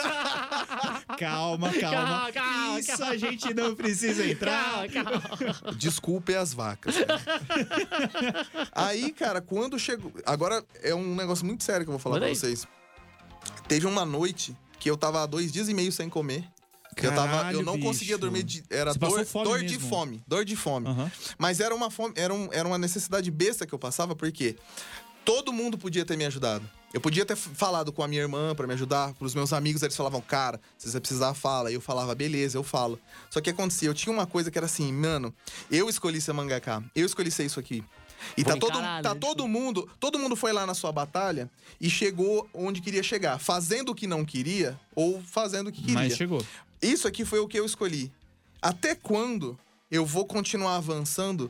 Calma, calma. Calma, calma, Isso calma. a gente não precisa entrar. Calma, calma. Desculpe as vacas. Cara. Aí, cara, quando chegou... Agora é um negócio muito sério que eu vou falar Manda pra aí. vocês. Teve uma noite que eu tava há dois dias e meio sem comer. Que eu, tava, Caralho, eu não bicho. conseguia dormir. De, era Você passou dor, fome dor de mesmo. fome. Dor de fome. Aham. Mas era uma fome, era, um, era uma necessidade besta que eu passava, porque todo mundo podia ter me ajudado. Eu podia ter falado com a minha irmã pra me ajudar, pros meus amigos, eles falavam: cara, se você precisar, fala. E eu falava: beleza, eu falo. Só que acontecia, eu tinha uma coisa que era assim: mano, eu escolhi ser mangaká, eu escolhi ser isso aqui. E Vou tá todo, encarar, tá né? todo mundo, todo mundo foi lá na sua batalha e chegou onde queria chegar, fazendo o que não queria ou fazendo o que queria. Mas chegou. Isso aqui foi o que eu escolhi. Até quando eu vou continuar avançando,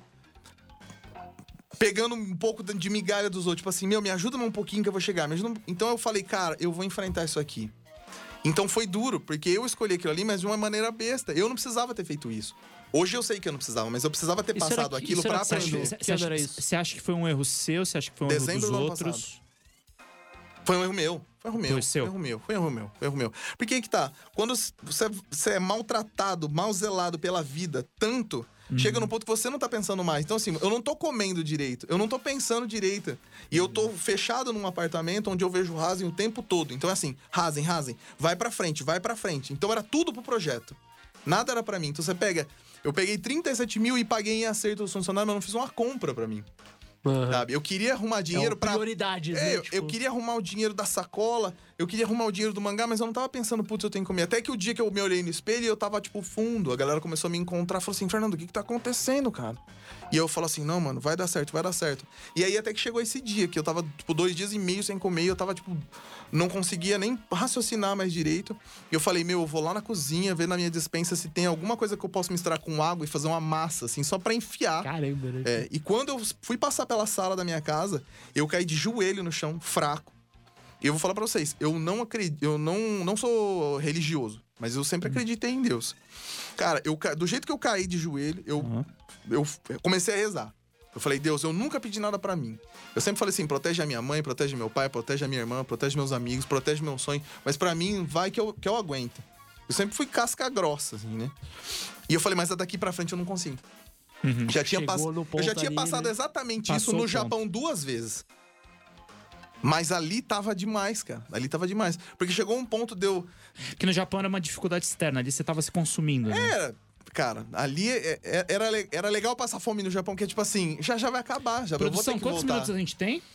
pegando um pouco de migalha dos outros? Tipo assim, meu, me ajuda um pouquinho que eu vou chegar. Me ajuda um- Então eu falei: cara, eu vou enfrentar isso aqui. Então foi duro, porque eu escolhi aquilo ali, mas de uma maneira besta. Eu não precisava ter feito isso. Hoje eu sei que eu não precisava, mas eu precisava ter Isso era passado que- aquilo isso era pra que você aprender. achou? Você Que ano acha, era isso? você acha que foi um erro seu? Você acha que foi um erro Dezembro dos do ano outros? Foi um erro meu. Foi um erro meu. Foi seu? Foi um erro meu. Foi um erro meu. Foi um erro meu. Porque aí que tá. Quando você, você é maltratado, mal zelado pela vida tanto, Uhum. chega num ponto que você não tá pensando mais. Então, assim, eu não tô comendo direito. Eu não tô pensando direito. E eu tô fechado num apartamento onde eu vejo o Rasen o tempo todo. Então, é assim, Rasen, Rasen, vai pra frente, vai pra frente. Então, era tudo pro projeto. Nada era pra mim. Então, você pega... Eu peguei trinta e sete mil e paguei em acerto dos funcionários, mas não fiz uma compra pra mim. Aham. Sabe? Eu queria arrumar dinheiro É o pra... prioridades, É, né? eu, Tipo, eu queria arrumar o dinheiro da sacola, eu queria arrumar o dinheiro do mangá, mas eu não tava pensando: putz, eu tenho que comer. Até que o dia que eu me olhei no espelho, eu tava, tipo, fundo. A galera começou a me encontrar, falou assim: Fernando, o que que tá acontecendo, cara? E eu falo assim: não, mano, vai dar certo, vai dar certo. E aí até que chegou esse dia, que eu tava, tipo, dois dias e meio sem comer, e eu tava, tipo, não conseguia nem raciocinar mais direito. E eu falei: meu, eu vou lá na cozinha, ver na minha despensa se tem alguma coisa que eu posso misturar com água e fazer uma massa, assim, só pra enfiar. Caramba, né? É, e quando eu fui passar pela sala da minha casa, eu caí de joelho no chão, fraco. E eu vou falar pra vocês, eu não acredito, eu não, não sou religioso, mas eu sempre acreditei em Deus. Cara, eu, do jeito que eu caí de joelho, eu, uhum. eu comecei a rezar. Eu falei, Deus, eu nunca pedi nada pra mim. Eu sempre falei assim, protege a minha mãe, protege meu pai, protege a minha irmã, protege meus amigos, protege meu sonho. Mas pra mim, vai que eu, que eu aguento. Eu sempre fui casca grossa, assim, né? E eu falei, mas daqui pra frente eu não consigo. Uhum. Já tinha pass... Eu já tinha ali, passado né? exatamente Passou isso no Japão duas vezes. Mas ali tava demais, cara. Ali tava demais. Porque chegou um ponto de eu... Que no Japão era uma dificuldade externa, ali você tava se consumindo, né? Era, cara, ali é, é, era, era legal passar fome no Japão, que é tipo assim, já já vai acabar. Já Produção, eu vou ter que quantos voltar. minutos a gente tem?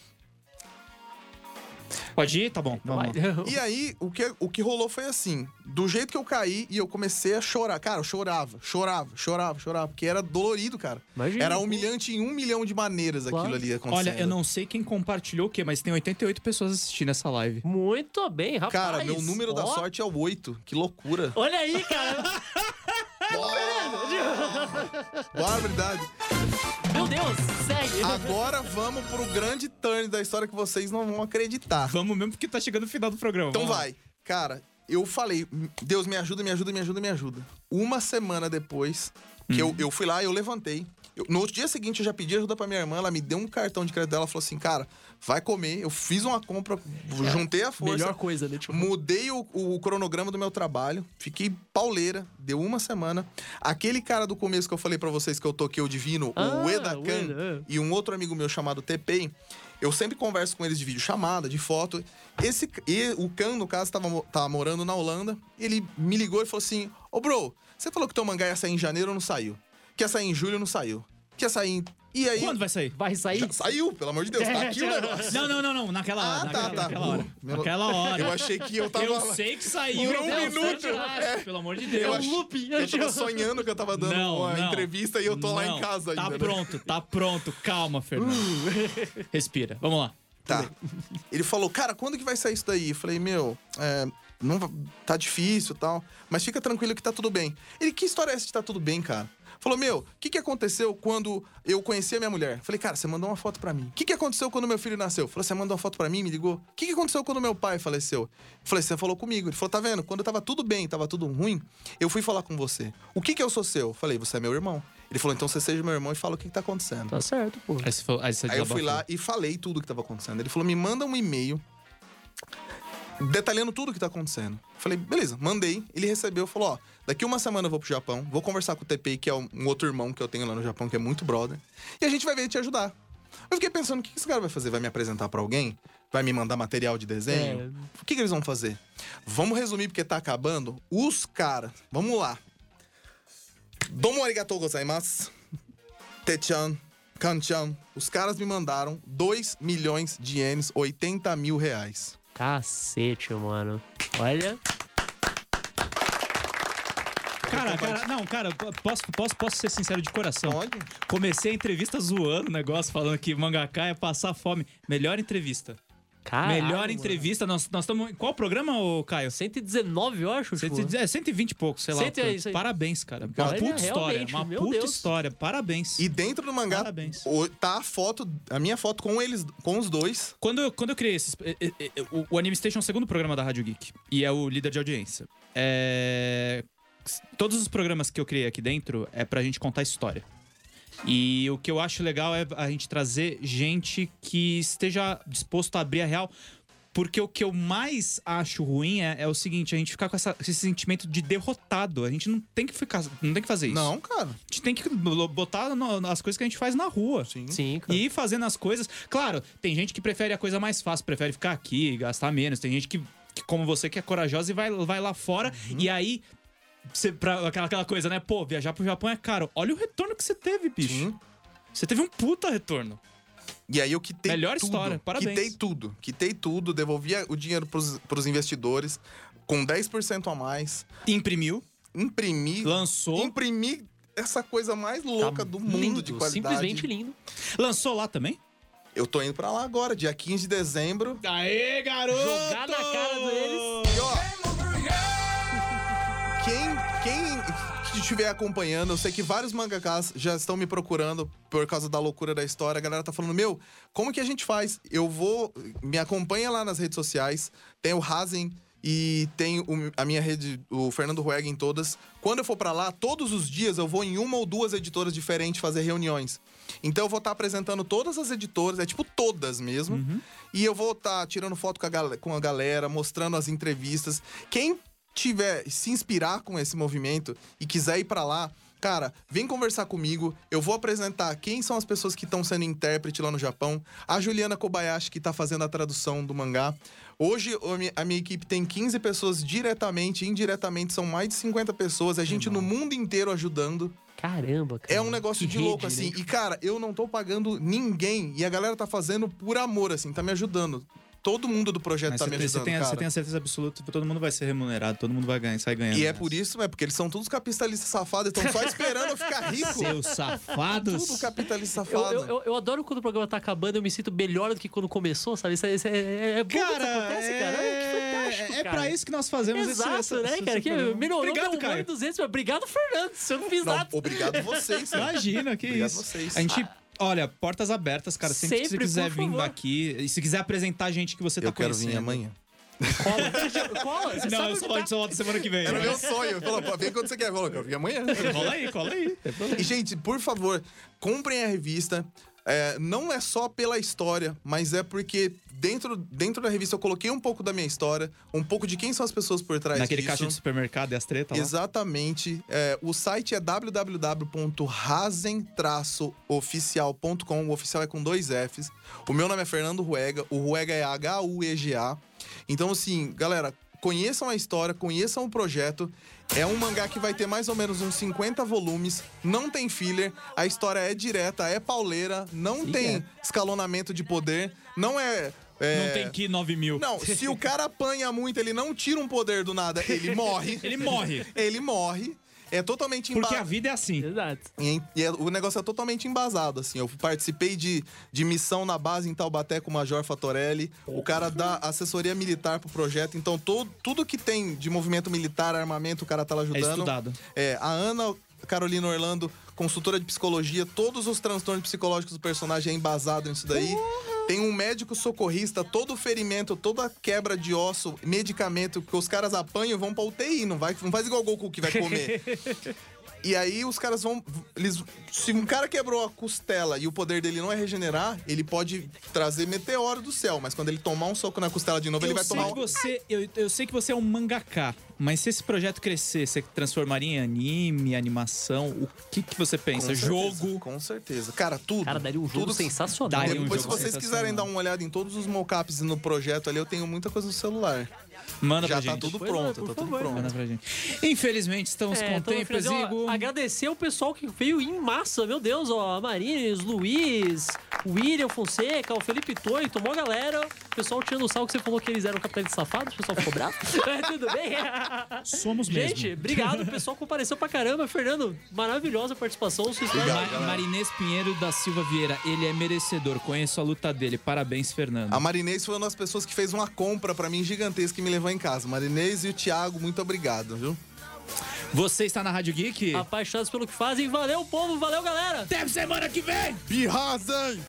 Pode ir? Tá bom, vamos lá. E aí, o que, o que rolou foi assim, do jeito que eu caí e eu comecei a chorar. Cara, eu chorava, chorava, chorava, chorava, porque era dolorido, cara. Imagina, era pô. humilhante em um milhão de maneiras Claro. aquilo ali acontecendo. Olha, eu não sei quem compartilhou o quê, mas tem oitenta e oito pessoas assistindo essa live. Muito bem, rapaz. Cara, meu número Ó. da sorte é o oito. Que loucura. Olha aí, cara. Barbaridade. Meu Deus, segue. Agora vamos pro grande turn da história que vocês não vão acreditar. Vamos mesmo porque tá chegando o final do programa. Então vamos lá. vai. Cara, eu falei, Deus me ajuda, me ajuda, me ajuda, me ajuda. Uma semana depois que eu, eu fui lá, eu levantei. Eu, no dia seguinte eu já pedi ajuda pra minha irmã, ela me deu um cartão de crédito dela, falou assim, cara, vai comer. Eu fiz uma compra, juntei a força. Melhor coisa, né? Tipo, Mudei o, o cronograma do meu trabalho, fiquei pauleira, deu uma semana. Aquele cara do começo que eu falei pra vocês que eu toquei o Divino, Ah, o Eda o Khan, Eda. e um outro amigo meu chamado T P, eu sempre converso com eles de videochamada, de foto. Esse, e, o Khan, no caso, tava, mo- tava morando na Holanda. Ele me ligou e falou assim, ô bro, você falou que teu mangá ia sair em janeiro ou não saiu? Que ia sair em julho ou não saiu? Que ia sair em... E aí... Quando vai sair? vai sair. Já saiu, pelo amor de Deus, tá aqui o negócio. Não, não, não, não. Naquela hora. Ah, naquela, tá, tá. naquela hora. Meu- Naquela hora. Eu achei que eu tava... Eu sei que saiu. Por um Deus, minuto. fantástico, Pelo amor de Eu, Deus. ach... looping, eu tava sonhando que eu tava dando Não, uma não. entrevista e eu tô lá Não, em casa ainda. Tá né? pronto, tá pronto. Calma, Fernando. Respira. Vamos lá. Tá. Ele falou, cara, quando que vai sair isso daí? Eu falei, meu, é, não, va- tá difícil e tal, mas fica tranquilo que tá tudo bem. Ele, que história é essa de tá tudo bem, cara? Falou, meu, o que que aconteceu quando eu conheci a minha mulher? Eu falei, cara, você mandou uma foto pra mim. O que que aconteceu quando meu filho nasceu? Falou, você mandou uma foto pra mim, me ligou. O que que aconteceu quando meu pai faleceu? Eu falei, você falou comigo. Ele falou, tá vendo? Quando tava tudo bem, tava tudo ruim, eu fui falar com você. O que que eu sou seu? Eu falei, você é meu irmão. Ele falou, então você seja meu irmão e fala o que que tá acontecendo. Tá certo, pô. Aí, você falou- aí, você Aí eu fui desabafou. lá e falei tudo o que tava acontecendo. Ele falou, me manda um e-mail detalhando tudo o que tá acontecendo. Eu falei, beleza, mandei. Ele recebeu, falou, ó, daqui uma semana eu vou pro Japão, vou conversar com o T P, que é um um outro irmão que eu tenho lá no Japão, que é muito brother, e a gente vai ver te ajudar. Eu fiquei pensando, o que esse cara vai fazer? Vai me apresentar pra alguém? Vai me mandar material de desenho? É. O que, que eles vão fazer? Vamos resumir, porque tá acabando. Os caras, vamos lá. Domo arigatou gozaimasu. Te-chan, Kan-chan, os caras me mandaram dois milhões de ienes, oitenta mil reais. Cacete, mano. Olha. Cara, cara, não, cara, posso, posso, posso ser sincero de coração. Pode? Comecei a entrevista zoando o negócio, falando que mangaká é passar fome. Melhor entrevista. Caralho, Melhor mano. entrevista. Nós estamos. Qual programa, ô Caio? cento e dezenove, eu acho. cento tipo. e dez, é, cento e vinte e pouco, sei lá. Cento é isso aí. Parabéns, cara. Uma Olha, puta história. realmente, Uma meu puta Deus. história. Parabéns. E dentro do mangá Parabéns. o- tá a foto, a minha foto com eles, com os dois. Quando eu, quando eu criei esses. eh, eh, eh, O, o Anime Station é o segundo programa da Rádio Geek. E é o líder de audiência. É, todos os programas que eu criei aqui dentro é pra gente contar história. E o que eu acho legal é a gente trazer gente que esteja disposto a abrir a real. Porque o que eu mais acho ruim é, é o seguinte, a gente ficar com essa- esse sentimento de derrotado. A gente não tem que ficar, não tem que fazer isso. Não, cara. A gente tem que botar no- as coisas que a gente faz na rua. Sim. Sim, cara. E ir fazendo as coisas. Claro, tem gente que prefere a coisa mais fácil, prefere ficar aqui, gastar menos. Tem gente que, que como você, que é corajosa e vai, vai lá fora. E aí, você, pra, aquela, aquela coisa, né? Pô, viajar pro Japão é caro. Olha o retorno que você teve, bicho. Sim. Você teve um puta retorno. E aí eu quitei Melhor tudo. história, parabéns. Quitei tudo. Quitei tudo, devolvia o dinheiro pros, pros investidores com dez por cento a mais. Imprimiu, Imprimi. lançou. Imprimi essa coisa mais louca do mundo Lindo, de qualidade. simplesmente lindo. Lançou lá também? Eu tô indo pra lá agora, dia quinze de dezembro. Aê, garoto! Jogar na cara deles. E ó, quem, quem estiver acompanhando, eu sei que vários mangakas já estão me procurando por causa da loucura da história. A galera tá falando, meu, como que a gente faz? Eu vou... Me acompanha lá nas redes sociais. Tem o Hazen e tem o, a minha rede, o Fernando Ruega em todas. Quando eu for pra lá, todos os dias eu vou em uma ou duas editoras diferentes fazer reuniões. Então eu vou estar tá apresentando todas as editoras, é tipo todas mesmo. Uhum. E eu vou estar tá tirando foto com a, gal- com a galera, mostrando as entrevistas. Quem tiver, se inspirar com esse movimento e quiser ir pra lá, cara, vem conversar comigo. Eu vou apresentar quem são as pessoas que estão sendo intérprete lá no Japão. A Juliana Kobayashi, que tá fazendo a tradução do mangá. Hoje, a minha equipe tem quinze pessoas diretamente, indiretamente são mais de cinquenta pessoas. A gente no mundo inteiro ajudando. Caramba, cara. É um negócio que de rede, louco, assim. Né? E, cara, eu não tô pagando ninguém. E a galera tá fazendo por amor, assim, tá me ajudando. Todo mundo do projeto Mas tá você me tem, ajudando, você tem, a- cara. você tem a certeza absoluta que todo mundo vai ser remunerado, todo mundo vai ganhar, sai ganhando. E é nessa. por isso, é porque eles são todos capitalistas safados, estão só esperando eu ficar rico. Seus safados. Tudo capitalista Eu, safado. eu, eu, eu adoro quando o programa tá acabando, eu me sinto melhor do que quando começou, sabe? Isso é, isso é, é, é bom quando isso acontece, cara. É, que fantástico, é cara. pra isso que nós fazemos Exato, esse, essa, né, esse- cara? esse Que programa. melhorou Obrigado, meu humor Caio. em duzentos. Mas obrigado, Fernando. Se eu não fiz Não, nada. obrigado vocês. senhor. Imagina, que Obrigado isso. vocês. A gente, olha, portas abertas, cara. Sempre, que você Sempre, quiser por vir favor. aqui, e se quiser apresentar a gente que você tá Eu quero conhecendo. vir amanhã. Cola. Cola. Você Não, sabe eu onde só tá? volto, só volto semana que vem. Era o meu sonho. Falou, pô, vem quando você quer. Falou, eu quero vir amanhã. Cola aí, cola aí. Tem problema. E, gente, por favor, comprem a revista. É, não é só pela história, mas é porque dentro, dentro da revista eu coloquei um pouco da minha história, um pouco de quem são as pessoas por trás Naquele disso. caixa de supermercado e as tretas lá. Exatamente. É, o site é w w w ponto razen traço oficial ponto com. O oficial é com dois Fs. O meu nome é Fernando Ruega. O Ruega é H U E G A. Então, assim, galera, conheçam a história, conheçam o projeto. É um mangá que vai ter mais ou menos uns cinquenta volumes. Não tem filler. A história é direta, é pauleira. Não Sim, tem é. escalonamento de poder. Não é... é, Não tem que nove mil. Não, se o cara apanha muito, ele não tira um poder do nada, ele morre. Ele morre. Ele morre. É totalmente Porque a embasado. vida é assim. Exato. E, e é- o negócio é totalmente embasado, assim. Eu participei de, de missão na base em Taubaté com o Major Fatorelli. O cara dá assessoria militar pro projeto. Então, todo, tudo que tem de movimento militar, armamento, o cara tá lá É ajudando. estudado. É, a Ana Carolina Orlando, consultora de psicologia, todos os transtornos psicológicos do personagem é embasado nisso daí. Tem um médico socorrista, todo ferimento, toda quebra de osso, medicamento, que os caras apanham e vão pra U T I, não, vai, não faz igual o Goku que vai comer. E aí os caras vão. Eles, se um cara quebrou a costela e o poder dele não é regenerar, ele pode trazer meteoro do céu. Mas quando ele tomar um soco na costela de novo, ele Eu vai sei, tomar que um. você, eu, eu sei que você é um mangaká, mas se esse projeto crescer, você transformaria em anime, animação? O que, que você pensa? Com certeza, Jogo? Com certeza. Cara, tudo. Cara, daria um jogo tudo sensacional. Daria um Depois, se jogo vocês sensacional. quiserem dar uma olhada em todos os mockups no projeto ali, eu tenho muita coisa no celular. Manda Já pra tá gente. tudo Pois é, pronto, por tá tudo favor. pronto. Manda pra gente. Infelizmente, estamos É, com o então, tempo Fredinho, ó, exíguo. agradecer o pessoal que veio em massa, meu Deus, ó, a Marines, Luiz, o William Fonseca, o Felipe Toy, tomou a galera. O pessoal tirando o sal que você falou que eles eram capitães safados, o pessoal ficou bravo. É, tudo bem? Somos mesmo. Gente, obrigado, o pessoal compareceu pra caramba. Fernando, maravilhosa participação. Sua história- Obrigado, Ma galera. Marinês Pinheiro da Silva Vieira, ele é merecedor. Conheço a luta dele. Parabéns, Fernando. A Marinês foi uma das pessoas que fez uma compra pra mim gigantesca e me levou em casa. Marinês e o Thiago, muito obrigado, viu? Você está na Rádio Geek? Apaixonados pelo que fazem. Valeu, povo. Valeu, galera. Até semana que vem! Birrazem!